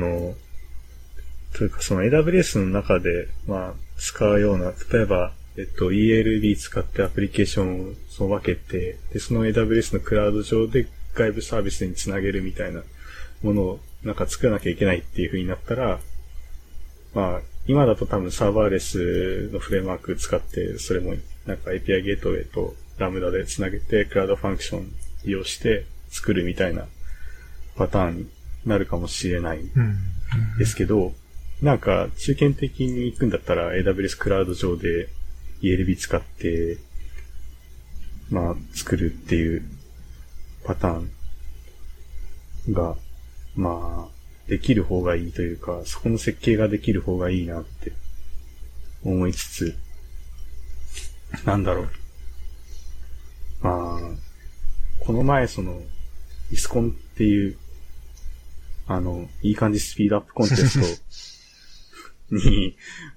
というかAWS の中で、まあ、使うような、例えば、ELB 使ってアプリケーションを分けて、で、その AWS のクラウド上で外部サービスにつなげるみたいなものをなんか作らなきゃいけないっていう風になったら、まあ、今だと多分サーバーレスのフレームワーク使って、それもなんか API ゲートウェイとラムダでつなげて、クラウドファンクション利用して作るみたいなパターンになるかもしれないですけど、なんか中堅的に行くんだったら AWS クラウド上で ELB 使って、まあ作るっていうパターンが、まあ、できる方がいいというか、そこの設計ができる方がいいなって思いつつ、なんだろう。まあ、この前イスコンっていう、いい感じスピードアップコンテストに、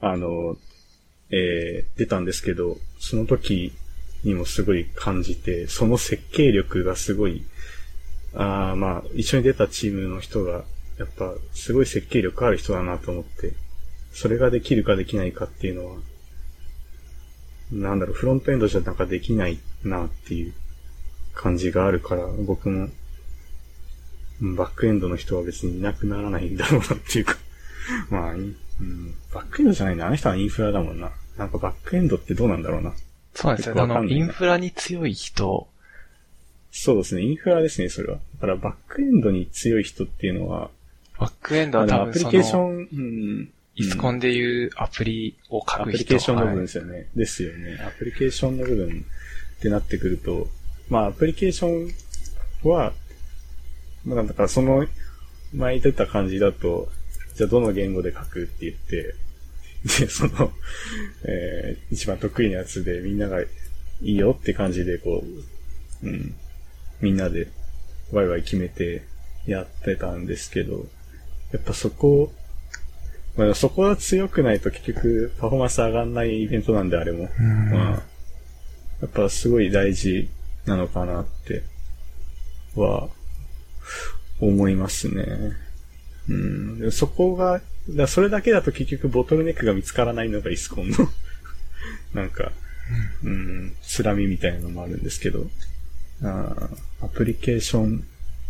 出たんですけど、その時にもすごい感じて、その設計力がすごい、まあ、一緒に出たチームの人が、やっぱ、すごい設計力ある人だなと思って、それができるかできないかっていうのは、なんだろう、フロントエンドじゃなんかできないなっていう感じがあるから、僕も、バックエンドの人は別にいなくならないんだろうなっていうか、まあ、バックエンドじゃないな、あの人はインフラだもんな。なんかバックエンドってどうなんだろうな。 そうなんですよ。インフラに強い人。 そうですね、インフラですね、それは。だからバックエンドに強い人っていうのは、 バックエンドは多分アプリケーション、 イスコンでいうアプリを書く人。 アプリケーションの部分ですよね。はい、ですよね。アプリケーションの部分ってなってくると、まあアプリケーションは、まあなんだか前言ってた感じだと、じゃあどの言語で書くって言って、で、一番得意なやつでみんながいいよって感じでみんなでワイワイ決めてやってたんですけど、やっぱそこは強くないと結局パフォーマンス上がんないイベントなんで、あれも。まあ、やっぱすごい大事なのかなっては思いますね。でそこが、それだけだと結局ボトルネックが見つからないのがイスコンのなんか、つらみみたいなのもあるんですけど、アプリケーション、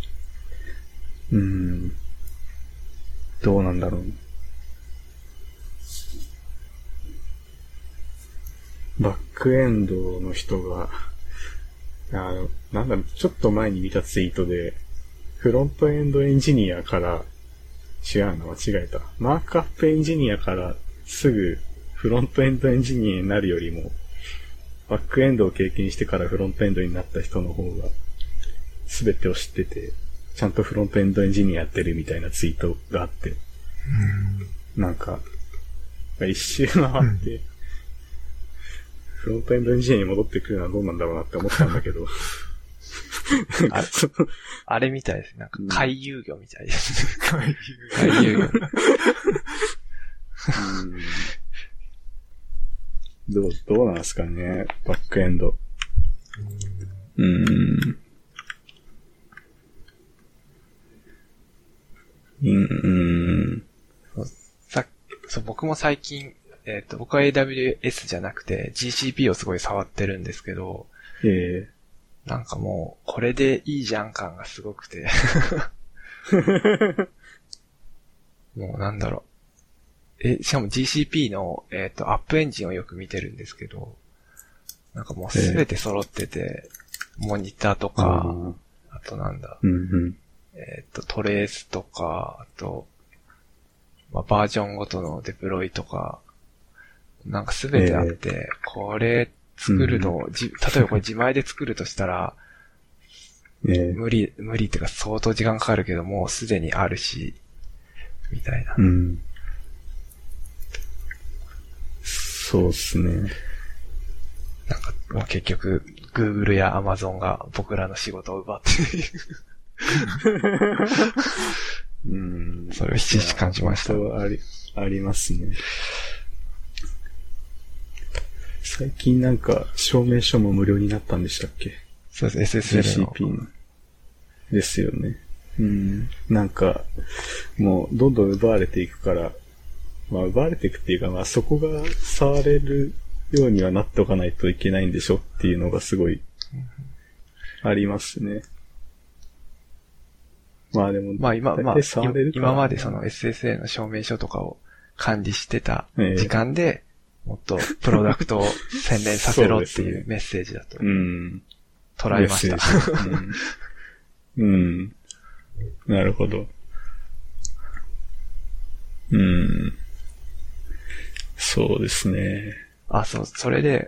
どうなんだろう。バックエンドの人が、なんだろう、ちょっと前に見たツイートで、フロントエンドエンジニアから、違うな、間違えた。マークアップエンジニアからすぐフロントエンドエンジニアになるよりも、バックエンドを経験してからフロントエンドになった人の方が、すべてを知ってて、ちゃんとフロントエンドエンジニアやってるみたいなツイートがあって、なんか、一周回って、フロントエンドエンジニアに戻ってくるのはどうなんだろうなって思ったんだけど。 あれみたいです。なんか回遊魚みたいです。回遊魚。 どうなんですかね、バックエンド。 僕も最近、僕は AWS じゃなくて GCP をすごい触ってるんですけど、なんかもう、これでいいじゃん感がすごくて。もうなんだろう。しかも GCP の、アップエンジンをよく見てるんですけど、なんかもうすべて揃ってて、モニターとか、あとなんだ、トレースとか、あと、バージョンごとのデプロイとか、なんかすべてあって、これ作るの、例えばこれ自前で作るとしたら、無理っていうか相当時間かかるけどもうすでにあるし、みたいな。 そうっすね。 なんか、まあ、結局、Google や Amazon が僕らの仕事を奪っている。それをひしひし感じました。 ありますね。最近なんか証明書も無料になったんでしたっけ？ そうです、SSL の。 GCP の。ですよね。なんか、もうどんどん奪われていくから、まあ奪われていくっていうか、まあそこが触れるようにはなっておかないといけないんでしょっていうのがすごいありますね。まあでも、 今までその SSA の証明書とかを管理してた時間で、もっとプロダクトを洗練させろっていうメッセージだと捉えました。 なるほど。そうですね。 それで、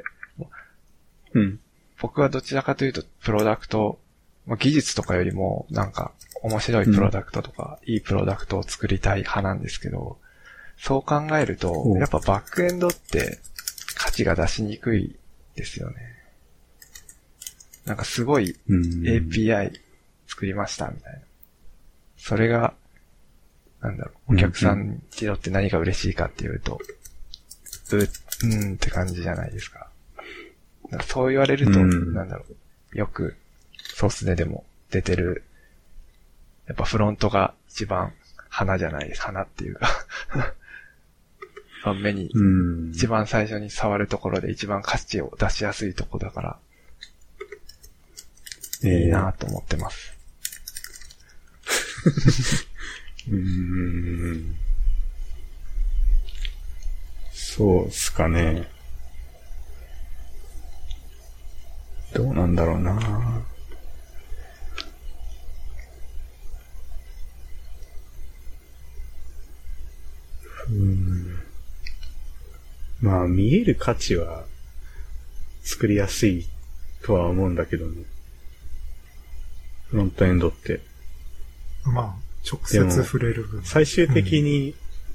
僕はどちらかというとプロダクト、技術とかよりもなんか面白いプロダクトとか、いいプロダクトを作りたい派なんですけど、そう考えると、やっぱバックエンドって価値が出しにくいですよね。なんかすごい API 作りましたみたいな。それが、なんだろう、お客さんにとって何が嬉しいかっていうと、って感じじゃないですか。なんかそう言われると、なんだろう、よくソースでも出てる、やっぱフロントが一番花じゃないです。花っていうか目に一番最初に触るところで一番価値を出しやすいところだから、いいなと思ってます。 そうっすかね。どうなんだろうな。まあ、見える価値は作りやすいとは思うんだけどね。フロントエンドって。 まあ、直接触れる分。 最終的に、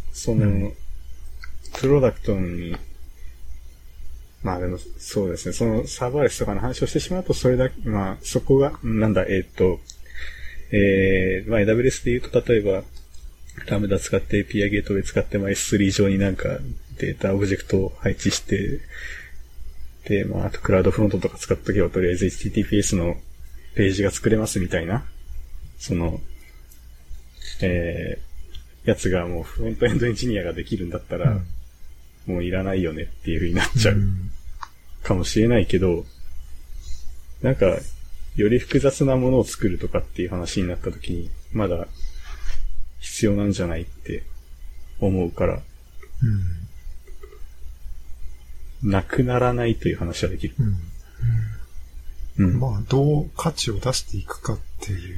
プロダクトに、まあでも、そうですね。そのサーバーレスとかの話をしてしまうと、それだけ、まあ、そこが、 まあ AWS で言うと、例えば、ラムダ使って API ゲートウェイ使って、まあ S3 上になんかデータオブジェクトを配置して、で、まあ、あとクラウドフロントとか使っとけばとりあえず HTTPS のページが作れますみたいな、その、やつがもうフロントエンドエンジニアができるんだったら、もういらないよねっていう風になっちゃうかもしれないけど、なんか、より複雑なものを作るとかっていう話になった時に、まだ必要なんじゃないって思うから、なくならないという話はできる。 まあ、どう価値を出していくかっていう。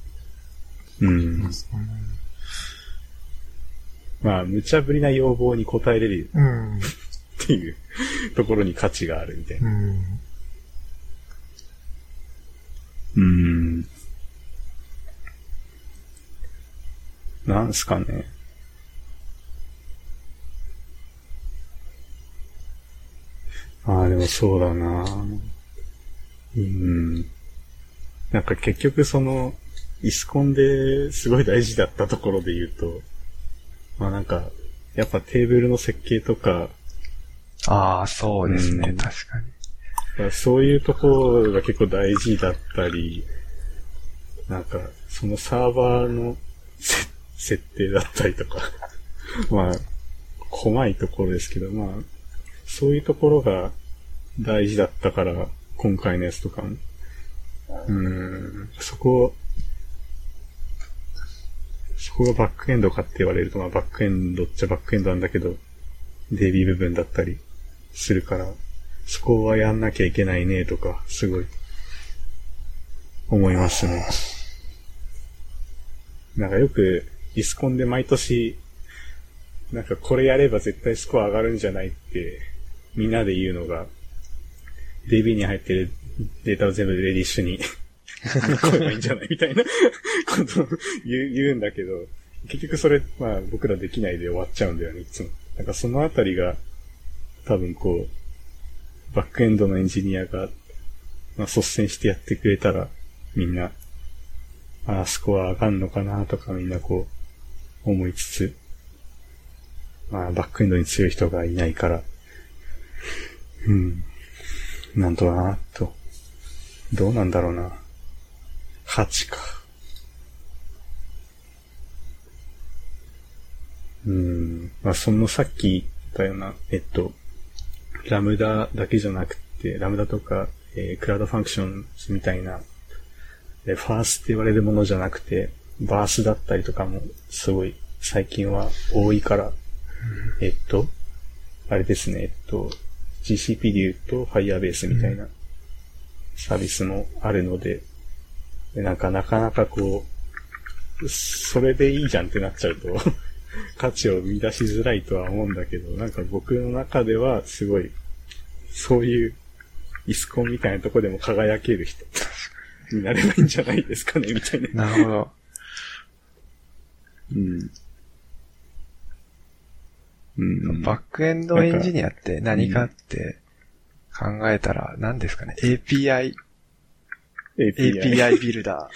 まあ、無茶ぶりな要望に応えれるっていうところに価値があるみたいな。なんすかね。ああ、でもそうだな。なんか結局その、イスコンですごい大事だったところで言うと、まあなんか、やっぱテーブルの設計とか、 ああ、そうですね、確かに。 そういうところが結構大事だったり、なんか、そのサーバーの設定だったりとか、まあ、細いところですけど、まあ、そういうところが大事だったから、今回のやつとかも、そこがバックエンドかって言われると、まあバックエンドっちゃバックエンドなんだけど、DB 部分だったりするから、そこはやんなきゃいけないねとか、すごい思いますね。なんかよく、イスコンで毎年、なんかこれやれば絶対スコア上がるんじゃないって、みんなで言うのが、DB に入ってるデータを全部レディッシュにこればいいんじゃないみたいなことを言うんだけど、結局それ、まあ僕らできないで終わっちゃうんだよね、いつも。なんかそのあたりが、多分こう、バックエンドのエンジニアが、まあ率先してやってくれたら、みんな、スコア上がんのかなとかみんなこう、思いつつ、まあバックエンドに強い人がいないから、なんとなと。どうなんだろうな。8か。まあ、そのさっき言ったような、ラムダだけじゃなくて、ラムダとか、クラウドファンクションみたいな、ファースって言われるものじゃなくて、バースだったりとかも、すごい、最近は多いから、あれですね、GCP で言うと Firebase みたいなサービスもあるので、なかなかこう、それでいいじゃんってなっちゃうと、価値を生み出しづらいとは思うんだけど、なんか僕の中ではすごい、そういうイスコンみたいなとこでも輝ける人になればいいんじゃないですかね、みたいな。 なるほど。バックエンドエンジニアって何かって考えたら何ですかね、API ビルダ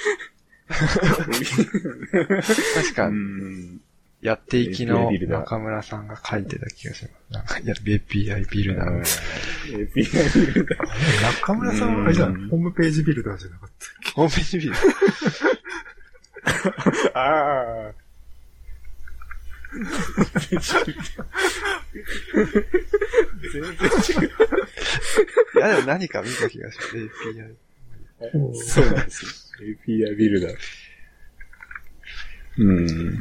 ー。確か、やっていきの中村さんが書いてた気がします。なんか、API ビルダー。 API ビルダー。 中村さんはあれじゃん、ホームページビルダーじゃなかったっけ？ ホームページビルダーああ。全然違う。 いやでも何か見た気がします。API。 そうなんですよ。API ビルダー。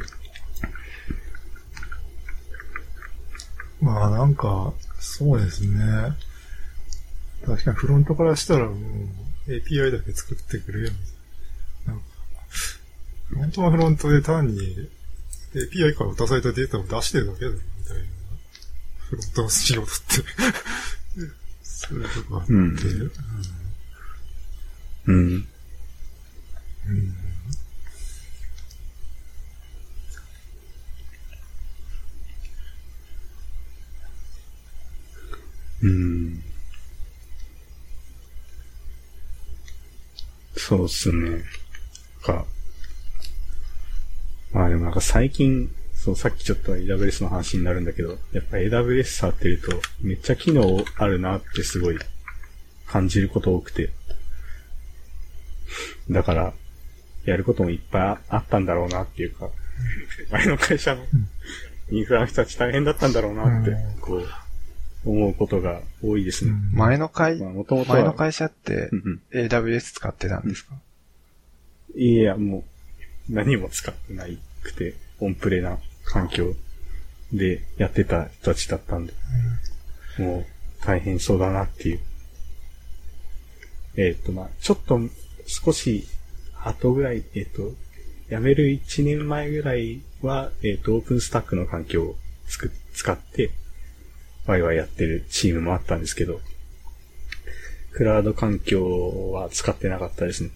まあなんか、そうですね。確かにフロントからしたらもう API だけ作ってくれよみたいな。なんかフロントはフロントで単にAPI から渡されたデータを出してるだけだよみたいな。フロントの仕事って。そういうとこあって。 そうっすね。 か最近、そう、さっきちょっと AWS の話になるんだけど、やっぱ AWS 触ってると、めっちゃ機能あるなってすごい感じること多くて。だから、やることもいっぱいあったんだろうなっていうか、前の会社のインフラの人たち大変だったんだろうなって、こう、思うことが多いですね。 前の会社って AWS 使ってたんですか？ いや、もう何も使ってないくて、オンプレな環境でやってた人たちだったんで、もう大変そうだなっていう。ちょっと少し後ぐらい、辞める1年前ぐらいは、オープンスタックの環境を使って、ワイワイやってるチームもあったんですけど、クラウド環境は使ってなかったですね。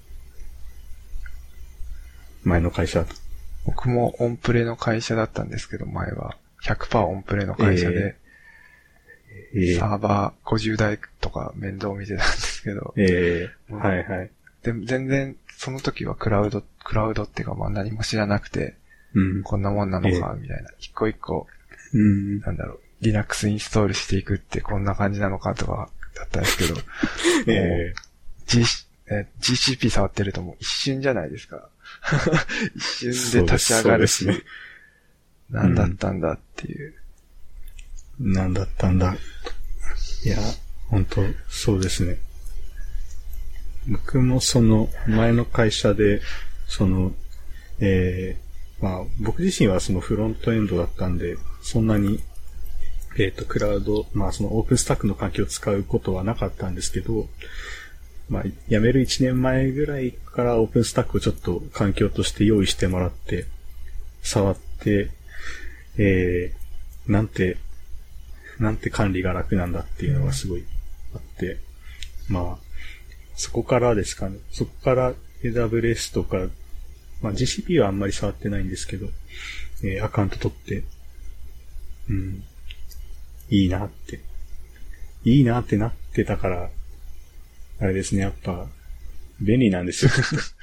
前の会社だと。 僕もオンプレの会社だったんですけど、前は 100% オンプレの会社で、サーバー50台とか面倒見てたんですけど、 はいはい。 でも全然その時はクラウドっていうかまあ何も知らなくて、こんなもんなのかみたいな、一個一個、なんだろう、Linux インストールしていくってこんな感じなのかとかだったんですけど、GCP 触ってるともう一瞬じゃないですか。一瞬で立ち上がるし、ね、何だったんだっていう。 何だったんだ。いや、本当そうですね。僕もその前の会社で、まあ僕自身はそのフロントエンドだったんで、そんなに、クラウド、まあそのオープンスタックの環境を使うことはなかったんですけど、まあ辞める1年前ぐらいからオープンスタックをちょっと環境として用意してもらって、触って、なんて管理が楽なんだっていうのがすごいあって、まあ、そこからですかね。そこから AWS とか、まあ GCP はあんまり触ってないんですけど、アカウント取って、いいなってなってたから、あれですね、やっぱ、便利なんですよ。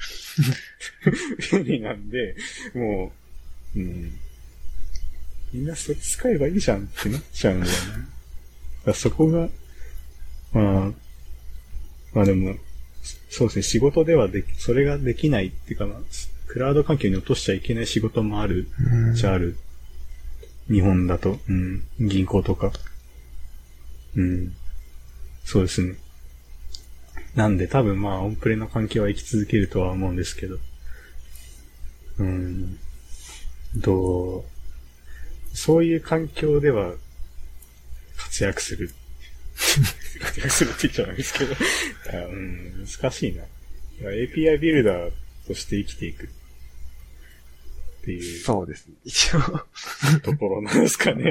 便利なんで、もう、みんなそれ使えばいいじゃんってなっちゃうんだよね。だからそこが、まあでも、そうですね、仕事ではそれができないっていうか、まあ、クラウド環境に落としちゃいけない仕事もある、じゃある。日本だと、銀行とか。そうですね。なんで多分まあ、オンプレの環境は生き続けるとは思うんですけど。そういう環境では活躍する。活躍するって言っちゃないですけど。難しいな。API ビルダーとして生きていく。っていう。 そうですね。一応。 ところなんですかね。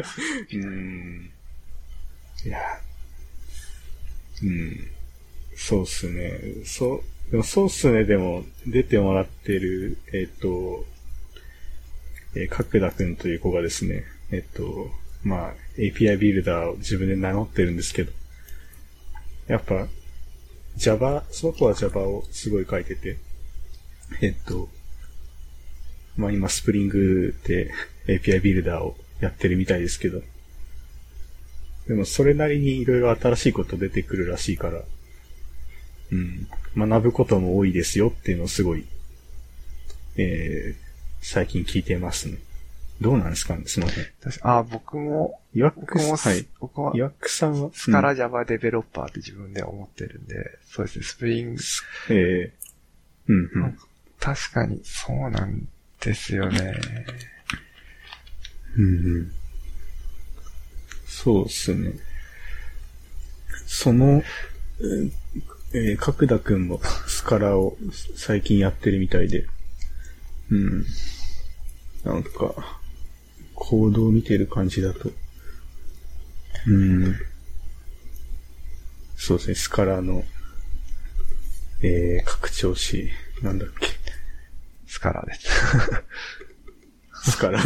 いや。そうっすね。でもそうっすね。でも、出てもらってる、角田くんという子がですね、まあ、API ビルダーを自分で名乗ってるんですけど、やっぱ、その子は Java をすごい書いてて、まあ今スプリングで API ビルダーをやってるみたいですけど、でもそれなりにいろいろ新しいこと出てくるらしいから、学ぶことも多いですよっていうのをすごい、最近聞いてますね。どうなんですかね、すみません。 僕も、 はい。 僕は、 岩久さんは、 スカラ Java デベロッパーって自分で思ってるんで、そうですね、スプリング。確かに、そうなんですよね。 そうですね。その、角田くんもスカラを最近やってるみたいで、なんか、コードを見てる感じだと、そうですね、スカラの、拡張子、なんだっけ。 スカラです。 スカラ、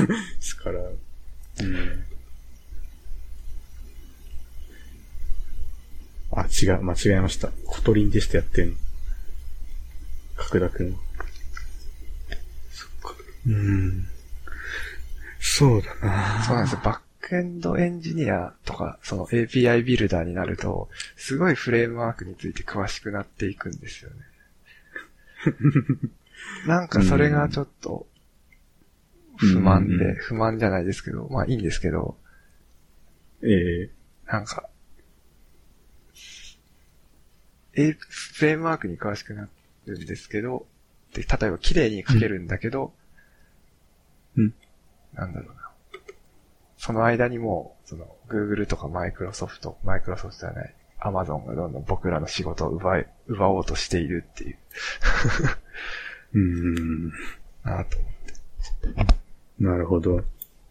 間違えました。コトリンでしてやってんの。角田くん。そっか。 そうだな。 そうなんですよ。バックエンドエンジニアとか、その API ビルダーになると、すごいフレームワークについて詳しくなっていくんですよね。なんかそれがちょっと、不満じゃないですけど、まあいいんですけど、なんか、フレームワークに詳しくなるんですけど、で、例えば綺麗に書けるんだけど、なんだろうな。その間にもう、その、Google とかマイクロソフトじゃない、Amazon がどんどん僕らの仕事を奪おうとしているっていう。なぁと思って。 なるほど。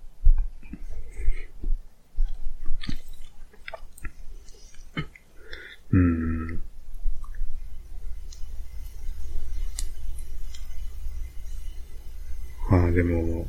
まあでも、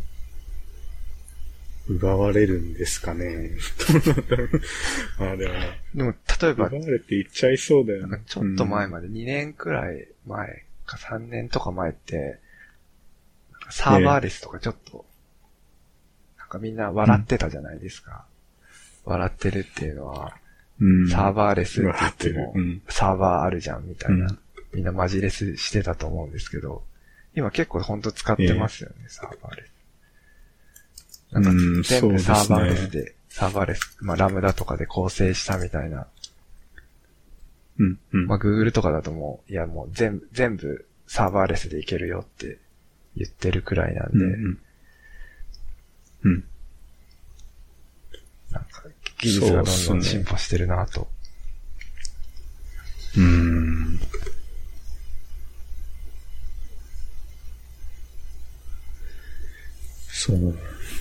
奪われるんですかね。まあでも、 例えば、 奪われていっちゃいそうだよね。 ちょっと前まで、2年くらい前か3年とか前って、サーバーレスとかちょっと、なんかみんな笑ってたじゃないですか。笑ってるっていうのは、サーバーレスって言っても、サーバーあるじゃんみたいな、みんなマジレスしてたと思うんですけど、今結構ほんと使ってますよね、サーバーレス。なんか全部サーバーレスで、サーバーレス、まあラムダとかで構成したみたいな。まあ Google とかだともう、いやもう全部サーバーレスでいけるよって言ってるくらいなんで、なんか技術がどんどん進歩してるなと。 そう。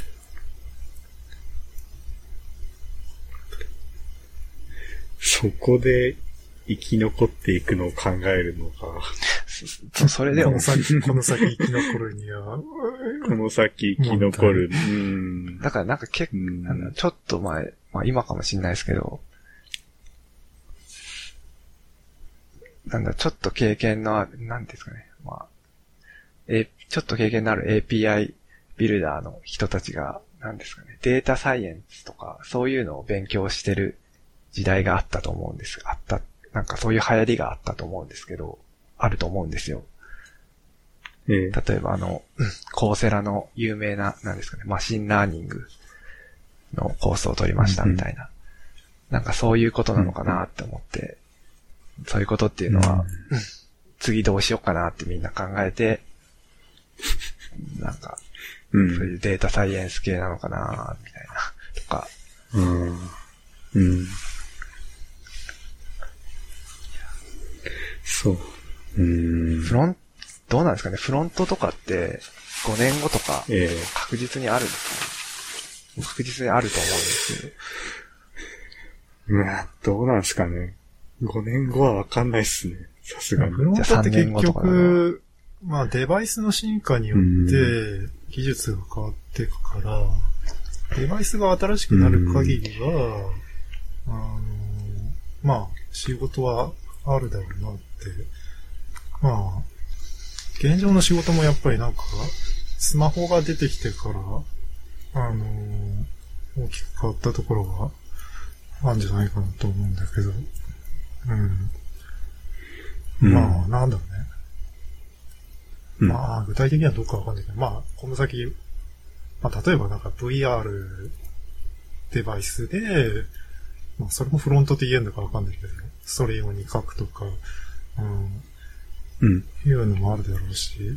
そこで生き残っていくのを考えるのが。 それでもこの先生き残るには。 この先生き残る。 だからなんかちょっと前、まあ今かもしれないですけど、ちょっと経験のある、なんですかね。まあ、ちょっと経験のある API ビルダーの人たちが、なんですかね。データサイエンスとか、そういうのを勉強してる時代があったと思うんです。なんかそういう流行りがあったと思うんですけど、あると思うんですよ。例えばコーセラの有名な、なんですかね、マシンラーニングのコースを取りましたみたいな。なんかそういうことなのかなって思って、そういうことっていうのは、次どうしようかなってみんな考えて、なんか、そういうデータサイエンス系なのかなみたいな、とか。 そう。 どうなんですかね、フロントとかって5年後とか確実にあるんですかね。確実にあると思うんですけど。 どうなんですかね。5年後はわかんないっすね。さすがに。 フロントって結局、まあデバイスの進化によって技術が変わっていくから、デバイスが新しくなる限りは、まあ仕事はあるだろうなって。まあ、現状の仕事もやっぱりなんか、スマホが出てきてから、大きく変わったところがあるんじゃないかなと思うんだけど、まあ、なんだろうね。まあ、具体的にはどうかわかんないけど、まあ、この先、まあ、例えばなんか VR デバイスで、まあ、それもフロントって言えるのかわかんないけど、それ用に書くとか、いうのもあるだろうし、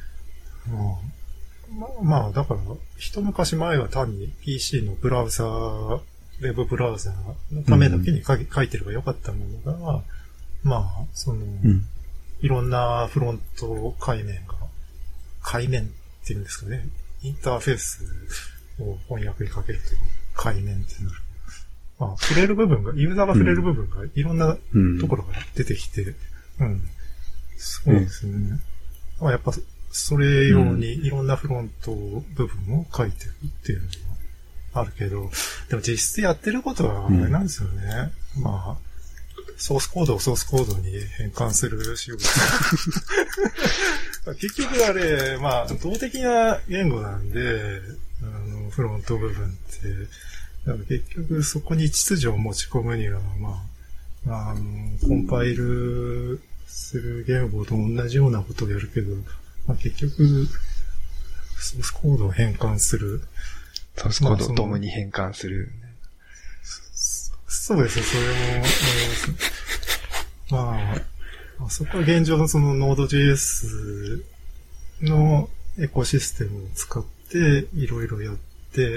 まあ、だから、一昔前は単に PC のブラウザー、ウェブブラウザーのためだけに書いてればよかったものが、まあ、いろんなフロント界面っていうんですかね、インターフェースを翻訳にかけると界面ってなる。まあ、触れる部分が、ユーザーが触れる部分がいろんなところが出てきて、そうですね。まあ、やっぱ、それ用にいろんなフロント部分を書いてるっていうのもあるけど、でも実質やってることはあれなんですよね。まあ、ソースコードをソースコードに変換する仕事。結局あれ、まあ、動的な言語なんで、 フロント部分って、だから結局そこに秩序を持ち込むには、コンパイルする言語と同じようなことをやるけど、結局、ソースコードを変換する。 ソースコードをドムに変換する。 そうですね、それも、そこは現状のその Node.js のエコシステムを使っていろいろやって、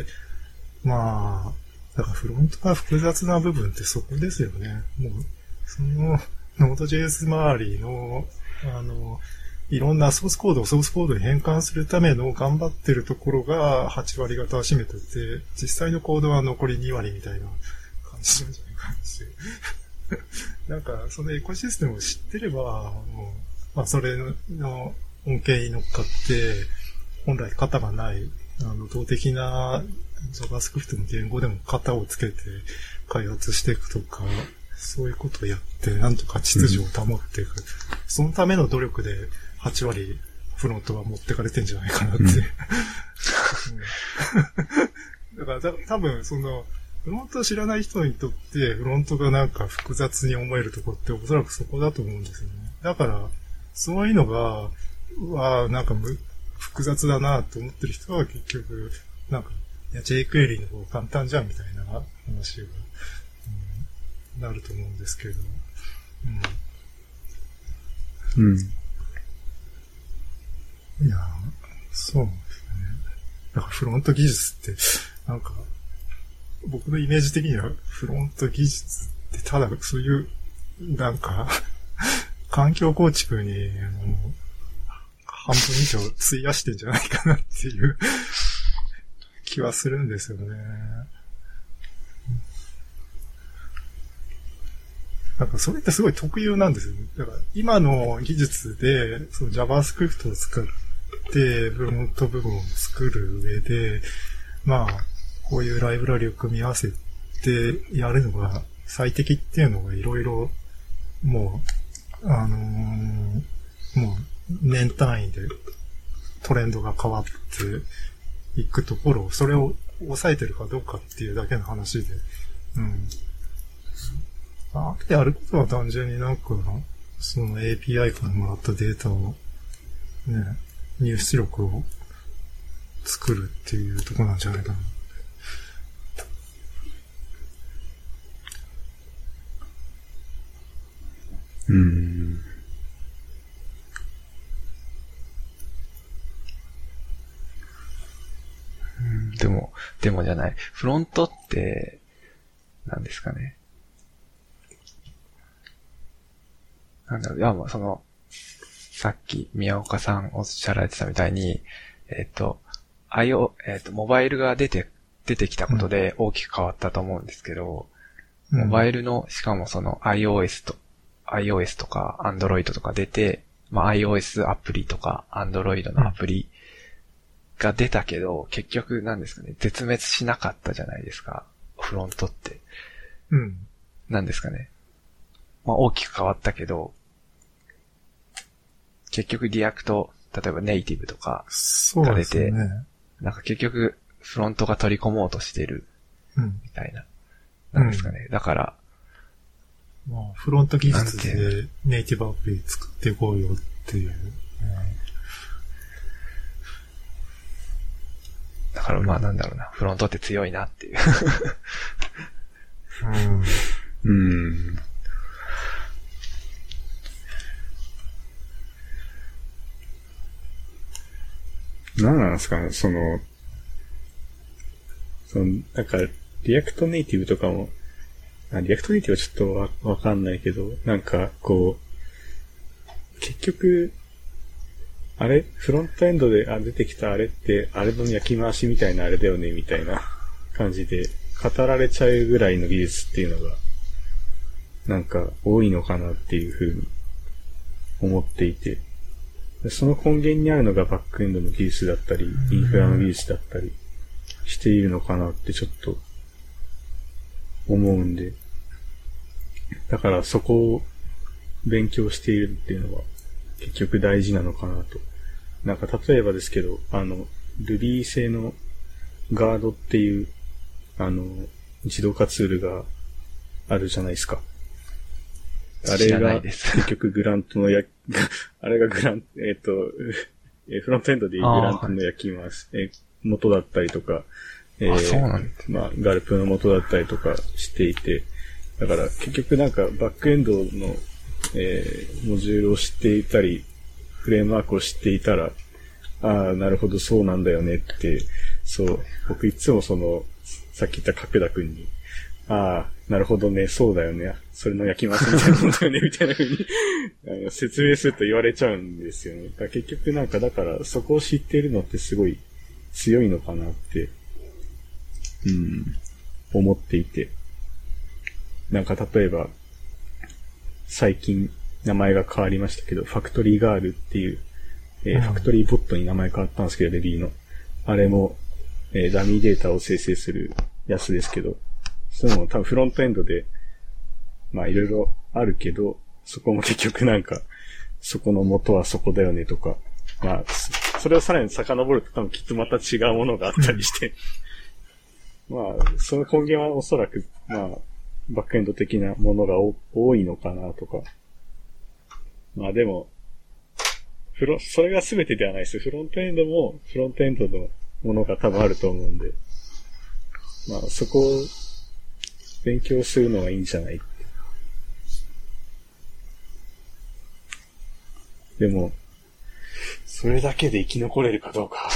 だからフロントが複雑な部分ってそこですよね。もう、その Node.js 周りの、いろんなソースコードに変換するための頑張ってるところが8割方占めてて、実際のコードは残り2割みたいな感じなんじゃないかなっていう。なんか、そのエコシステムを知ってれば、それの恩恵に乗っかって、本来型がない、動的な JavaScript の言語でも型をつけて開発していくとか、そういうことをやって、なんとか秩序を保っていく。そのための努力で8割フロントは持ってかれてんじゃないかなって。だから多分その、フロントを知らない人にとってフロントがなんか複雑に思えるところっておそらくそこだと思うんですよね。だから、そういうのが、なんか複雑だなと思ってる人は結局、なんか、jQuery の方が簡単じゃんみたいな話が、なると思うんですけど。いや、そうですね。だからフロント技術って、なんか、僕のイメージ的にはフロント技術ってただそういう、なんか、環境構築に、半分以上費やしてんじゃないかなっていう気はするんですよね。なんかそれってすごい特有なんですよね。だから今の技術でその JavaScript を使ってフロント部分を作る上で、こういうライブラリを組み合わせてやるのが最適っていうのがいろいろもう年単位でトレンドが変わっていくところを、それを抑えてるかどうかっていうだけの話で、あとやることは単純になんか、その API からもらったデータを、入出力を作るっていうところなんじゃないかな。 でもじゃない。フロントって、何ですかね。なんだろう、いや、その、さっき宮岡さんおっしゃられてたみたいに、モバイルが出てきたことで大きく変わったと思うんですけど、モバイルの、しかもその iOS とか Android とか出て、iOS アプリとか Android のアプリが出たけど、結局なんですかね、絶滅しなかったじゃないですか、フロントって。なんですかね。大きく変わったけど、結局リアクト、例えばネイティブとかが出て、なんか結局フロントが取り込もうとしてるみたいな、なんですかね。だから、 フロント技術でネイティブアプリ作っていこうよっていう。 だからなんだろうな、フロントって強いなっていう。 何なんですかね、なんか、リアクトネイティブとかも、リアクトネイティブはちょっとわかんないけど、なんか、結局、フロントエンドで出てきたあれって、あれの焼き回しみたいなあれだよね、みたいな感じで、語られちゃうぐらいの技術っていうのが、なんか、多いのかなっていうふうに思っていて、その根源にあるのがバックエンドの技術だったり、インフラの技術だったりしているのかなってちょっと思うんで、だからそこを勉強しているっていうのは結局大事なのかなと。なんか例えばですけど、Ruby 製のガードっていう、自動化ツールがあるじゃないですか。あれが、結局グラントのあれがグラン、フロントエンドでいうグラントの焼き回し、元だったりとか、 そうなんですね。 まあ、ガルプの元だったりとかしていて、だから結局なんかバックエンドの、モジュールを知っていたり、フレームワークを知っていたら、ああ、なるほどそうなんだよねって、そう、僕いつもさっき言った角田くんに、ああ、なるほどね、そうだよね、それの焼き回しみたいなもんだよね、みたいな風に説明すると言われちゃうんですよね。だから結局なんか、だからそこを知っているのってすごい強いのかなって、思っていて。なんか例えば、最近名前が変わりましたけど、ファクトリーガールっていう、ファクトリーボットに名前変わったんですけど、Rubyの。あれも、ダミーデータを生成するやつですけど、そういうのも多分フロントエンドで、まあいろいろあるけど、そこも結局なんか、そこの元はそこだよねとか、まあ、それをさらに遡ると多分きっとまた違うものがあったりして、まあ、その根源はおそらく、まあ、バックエンド的なものが多いのかなとか。まあでも、それが全てではないです。フロントエンドも、フロントエンドのものが多分あると思うんで、まあそこを勉強するのがいいんじゃない。でも、それだけで生き残れるかどうか。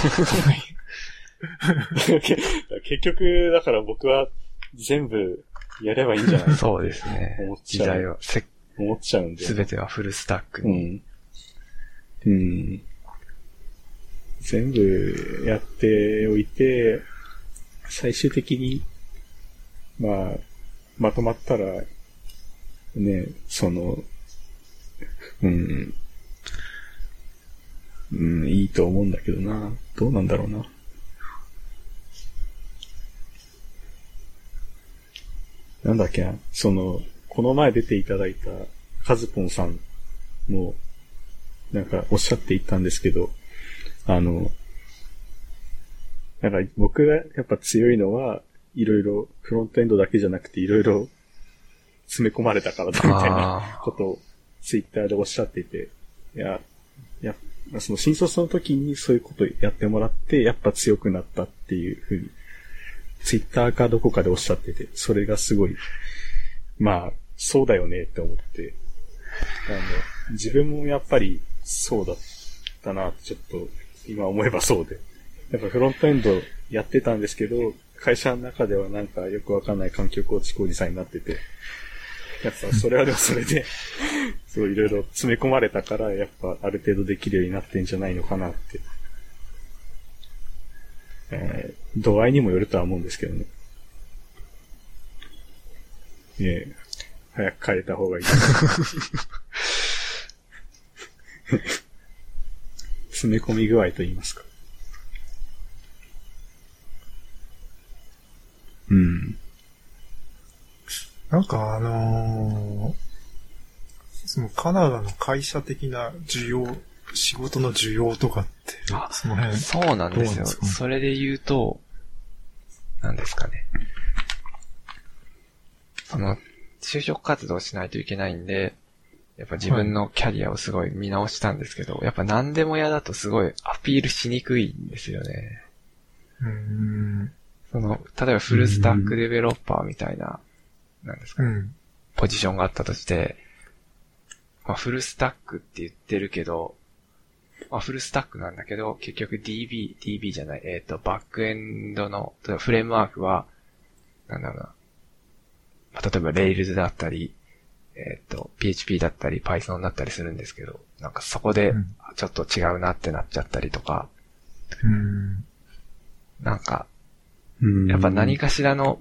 結局、だから僕は全部やればいいんじゃないかそうですね。時代は、 思っちゃうんで。 すべてはフルスタックに。 全部やっておいて、最終的に、まあ、まとまったら、ね、いいと思うんだけどな。どうなんだろうな。なんだっけな、この前出ていただいたカズポンさんも、なんかおっしゃっていたんですけど、なんか僕がやっぱ強いのは、いろいろフロントエンドだけじゃなくていろいろ詰め込まれたからだみたいなことをツイッターでおっしゃっていて、その新卒の時にそういうことをやってもらって、やっぱ強くなったっていうふうに、ツイッターかどこかでおっしゃってて、それがすごい、まあ、そうだよねって思って、自分もやっぱりそうだったな、ちょっと、今思えばそうで。やっぱフロントエンドやってたんですけど、会社の中ではなんかよくわかんない環境構築おじさんになってて、やっぱそれはでもそれで、そういろいろ詰め込まれたから、やっぱある程度できるようになってんじゃないのかなって。度合いにもよるとは思うんですけどね。早く変えた方がいい。詰め込み具合と言いますか。 なんかそのカナダの会社的な仕事の需要とかって、その辺。 そうなんですよ。それで言うと、なんですかね。就職活動しないといけないんで、やっぱ自分のキャリアをすごい見直したんですけど、やっぱ何でも嫌だとすごいアピールしにくいんですよね。例えばフルスタックデベロッパーみたいな、なんですかね、ポジションがあったとして、まあ、フルスタックって言ってるけど、まあ、フルスタックなんだけど、結局 DB じゃない、バックエンドの、フレームワークは、なんだろうな、まあ、例えば Rails だったり、PHP だったり Python だったりするんですけど、なんかそこでちょっと違うなってなっちゃったりとか、なんか、やっぱ何かしらの、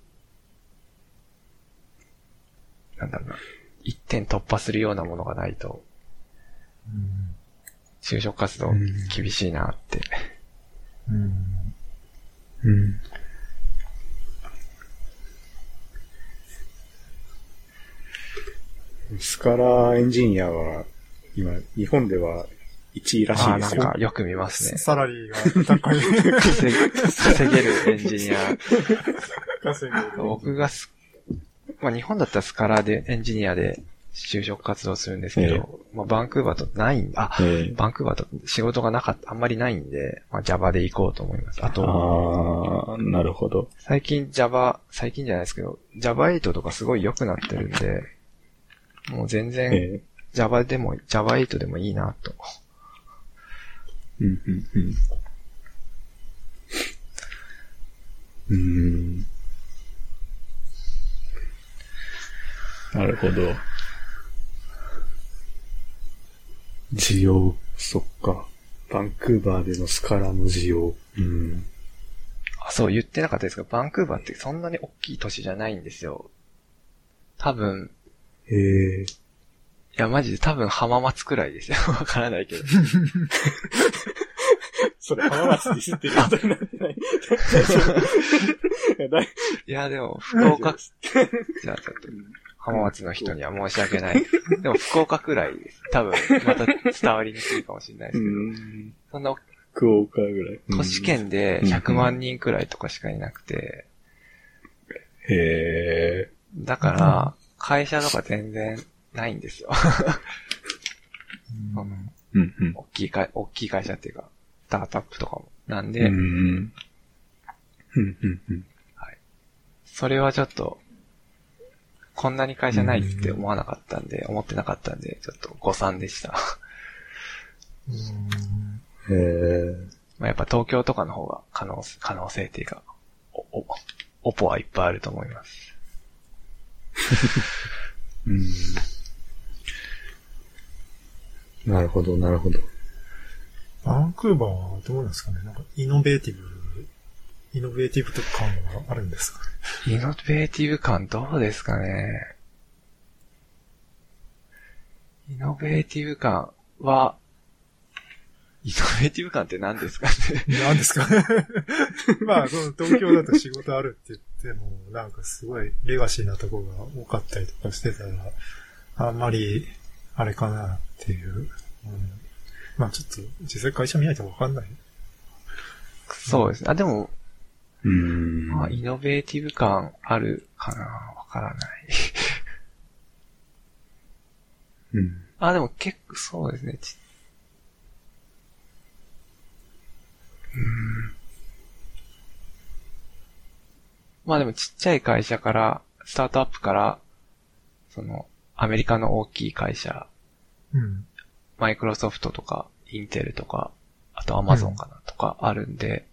なんだろうな、一点突破するようなものがないと、就職活動厳しいなって。 スカラエンジニアは、今、日本では 1位らしいですよ。 なんかよく見ますね。 サラリーが高い。 稼げるエンジニア。 稼げる。 僕がまあ日本だったらスカラでエンジニアで就職活動するんですけど、まあバンクーバーとないんだ。バンクーバーと仕事があんまりないんで、まあ Java で行こうと思います。あと、 なるほど。 最近じゃないですけど、Java 8とかすごい良くなってるんで、もう全然 Java 8でもいいなと。 なるほど。需要、そっか。バンクーバーでのスカラの需要。 そう、言ってなかったですが、バンクーバーってそんなに大きい都市じゃないんですよ。多分。いや、マジで多分浜松くらいですよ。わからないけど。 それ浜松に知ってることになってない。 いや、でも、福岡、じゃあちょっと、浜松の人には申し訳ない。でも、福岡くらいです。多分、また伝わりにくいかもしれないですけど。そんな、 福岡ぐらい。 都市圏で100万人くらいとかしかいなくて。だから、会社とか全然ないんですよ。大きい会社っていうか、スタートアップとかも。なんで、はい。それはちょっと、こんなに会社ないって思ってなかったんで、ちょっと誤算でした。まあ、やっぱ東京とかの方が可能性っていうか、オポはいっぱいあると思います。 なるほど、なるほど。 バンクーバーはどうなんですかね。なんかイノベーティブと感はあるんですかね。 イノベーティブ感どうですかね。イノベーティブ感って何ですかね。 何ですかね。まあ、東京だと仕事あるって言っても、なんかすごいレガシーなところが多かったりとかしてたら、あんまり、あれかなっていう。まあちょっと、実際会社見ないとわかんない。 そうですね。でも、まあ、イノベーティブ感あるかなわからない。でも結構そうですね。まあでもちっちゃい会社から、スタートアップから、アメリカの大きい会社、マイクロソフトとか、インテルとか、あとアマゾンかなとかあるんで、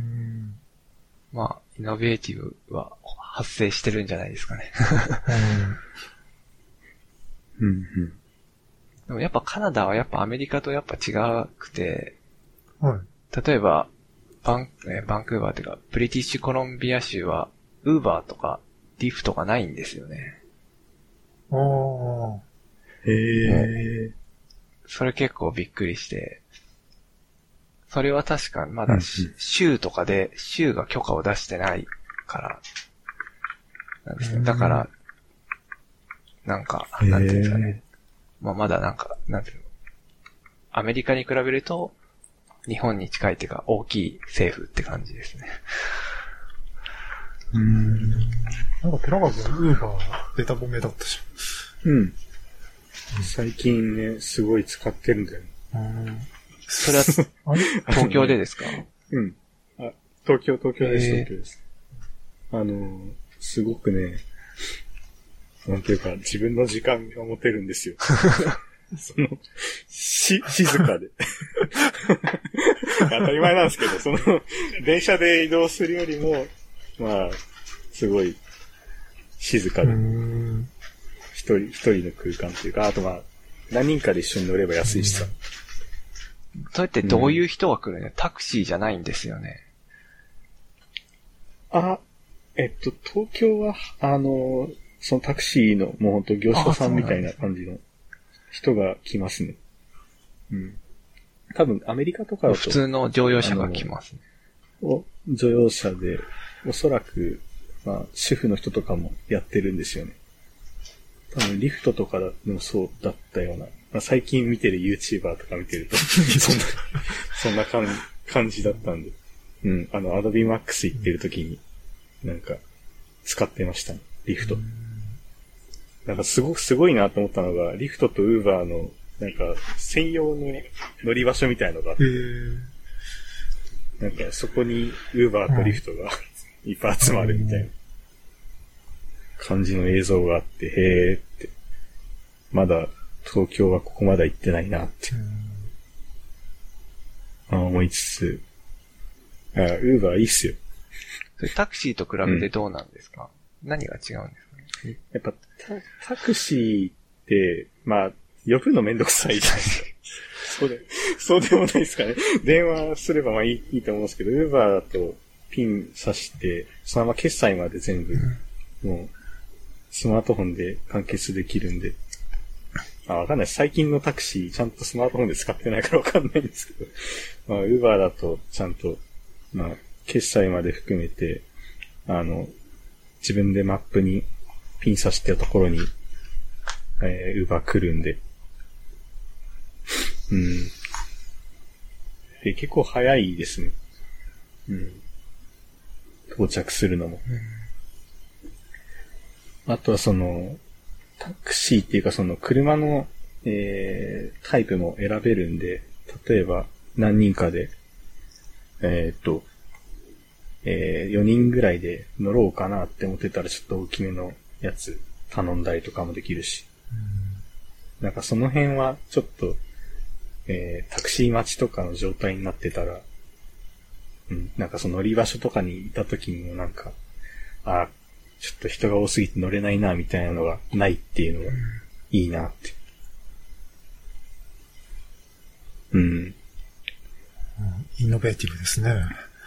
まあ、イノベーティブは発生してるんじゃないですかね。でもやっぱカナダはやっぱアメリカとやっぱ違くて、例えば、バンクーバーというか、ブリティッシュコロンビア州は、ウーバーとか、リフトがないんですよね。それ結構びっくりして、それは確かまだ州とかで、州が許可を出してないから、なんですね。だから、なんか、なんていうんですかね。まあまだなんか、なんていうの。アメリカに比べると、日本に近いっていうか、大きい政府って感じですね。 なんか寺川君、ウーバーベタ褒めだったじゃん。最近ね、すごい使ってるんだよね。 それは、東京でですか？ 東京です。すごくね、なんていうか、自分の時間が持てるんですよ。静かで。当たり前なんですけど、電車で移動するよりも、まあ、すごい、静かで。一人の空間っていうか、あとまあ、何人かで一緒に乗れば安いしさ。 それってどういう人が来るの？タクシーじゃないんですよね。 東京は、そのタクシーの、もうほんと業者さんみたいな感じの人が来ますね。多分、アメリカとかだと。 普通の乗用車が来ますね。 乗用車で、おそらく、まあ、主婦の人とかもやってるんですよね。多分、リフトとかでもそうだったようなまあ、最近見てる YouTuber とか見てると、そんな感じだったんで。うん、Adobe Max 行ってる時に、なんか、使ってましたね、リフト。なんかすごいなと思ったのが、リフトと Uber の、なんか、専用の乗り場所みたいのがあって、なんかそこに Uber とリフトがいっぱい集まるみたいな感じの映像があって、へーって、まだ東京はここまだ行ってないなって、思いつつ、Uber いいっすよ。 それタクシーと比べてどうなんですか？何が違うんですかね？ やっぱタクシーって、まあ、呼ぶのめんどくさいじゃないですか。そうでもないですかね。電話すればまあいいと思うんですけど、Uber だとピン刺して、そのまま決済まで全部、もう、スマートフォンで完結できるんで。わかんない。最近のタクシー、ちゃんとスマートフォンで使ってないからわかんないんですけど。まあ、Uber だと、ちゃんと、まあ、決済まで含めて、自分でマップにピン刺してるところに、Uber 来るんで。うん。で、結構早いですね。うん。到着するのも。あとはタクシーっていうか車の、タイプも選べるんで、例えば何人かで、4人ぐらいで乗ろうかなって思ってたらちょっと大きめのやつ頼んだりとかもできるし。なんかその辺はちょっと、タクシー待ちとかの状態になってたら、うん、なんか乗り場所とかにいた時にもなんか、ちょっと人が多すぎて乗れないなみたいなのがないっていうのがいいなって。うん。 イノベーティブですね。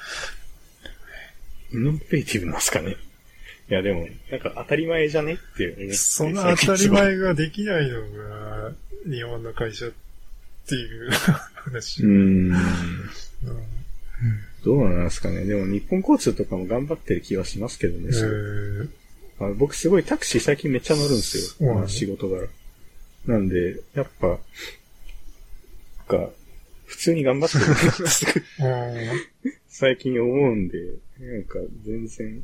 イノベーティブなんですかね。いやでも、なんか当たり前じゃねっていうね。 そんな当たり前ができないのが日本の会社っていう話。 どうなんですかね。でも日本交通とかも頑張ってる気はしますけどね。僕すごいタクシー最近めっちゃ乗るんですよ。仕事柄。なんで、やっぱ、普通に頑張ってる最近思うんで、なんか全然、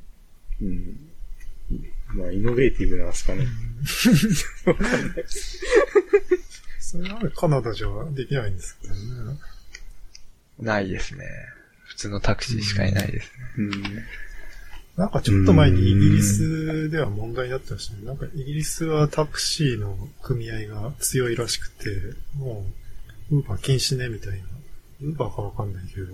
まあイノベーティブなんですかね。わかんない。 それはカナダじゃできないんですけどね。 ないですね。普通のタクシーしかいないですね。 なんかちょっと前にイギリスでは問題になってましたね。なんかイギリスはタクシーの組合が強いらしくて、もう、ウーバー禁止ねみたいな。ウーバーかわかんないけど。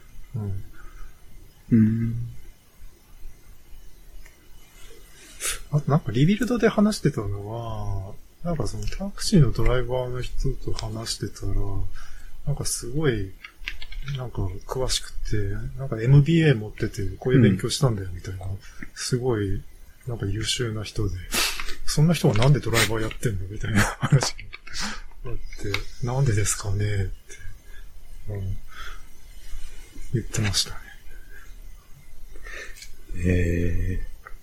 あとなんかリビルドで話してたのは、なんかタクシーのドライバーの人と話してたら、なんかすごい、なんか詳しくて、なんか MBA 持ってて、こういう勉強したんだよみたいな、すごい、なんか優秀な人で、そんな人はなんでドライバーやってんのみたいな話があって、なんでですかねって、言ってましたね。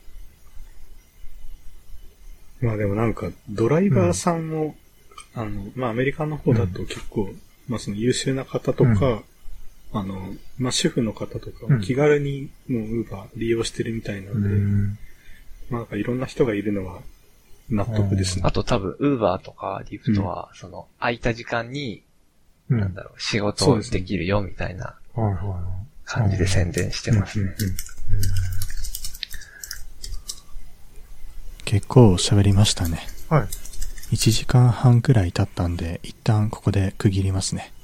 まあでもなんか、ドライバーさんも、まあアメリカの方だと結構、まあ優秀な方とか、まあ主婦の方とか、気軽にもう Uber 利用してるみたいなので、まあなんかいろんな人がいるのは納得ですね。 あと多分 Uber とか Lyft は、空いた時間に、なんだろう、仕事をできるよみたいな感じで宣伝してますね。 結構喋りましたね。 はい。 1時間半くらい経ったんで、一旦ここで区切りますね。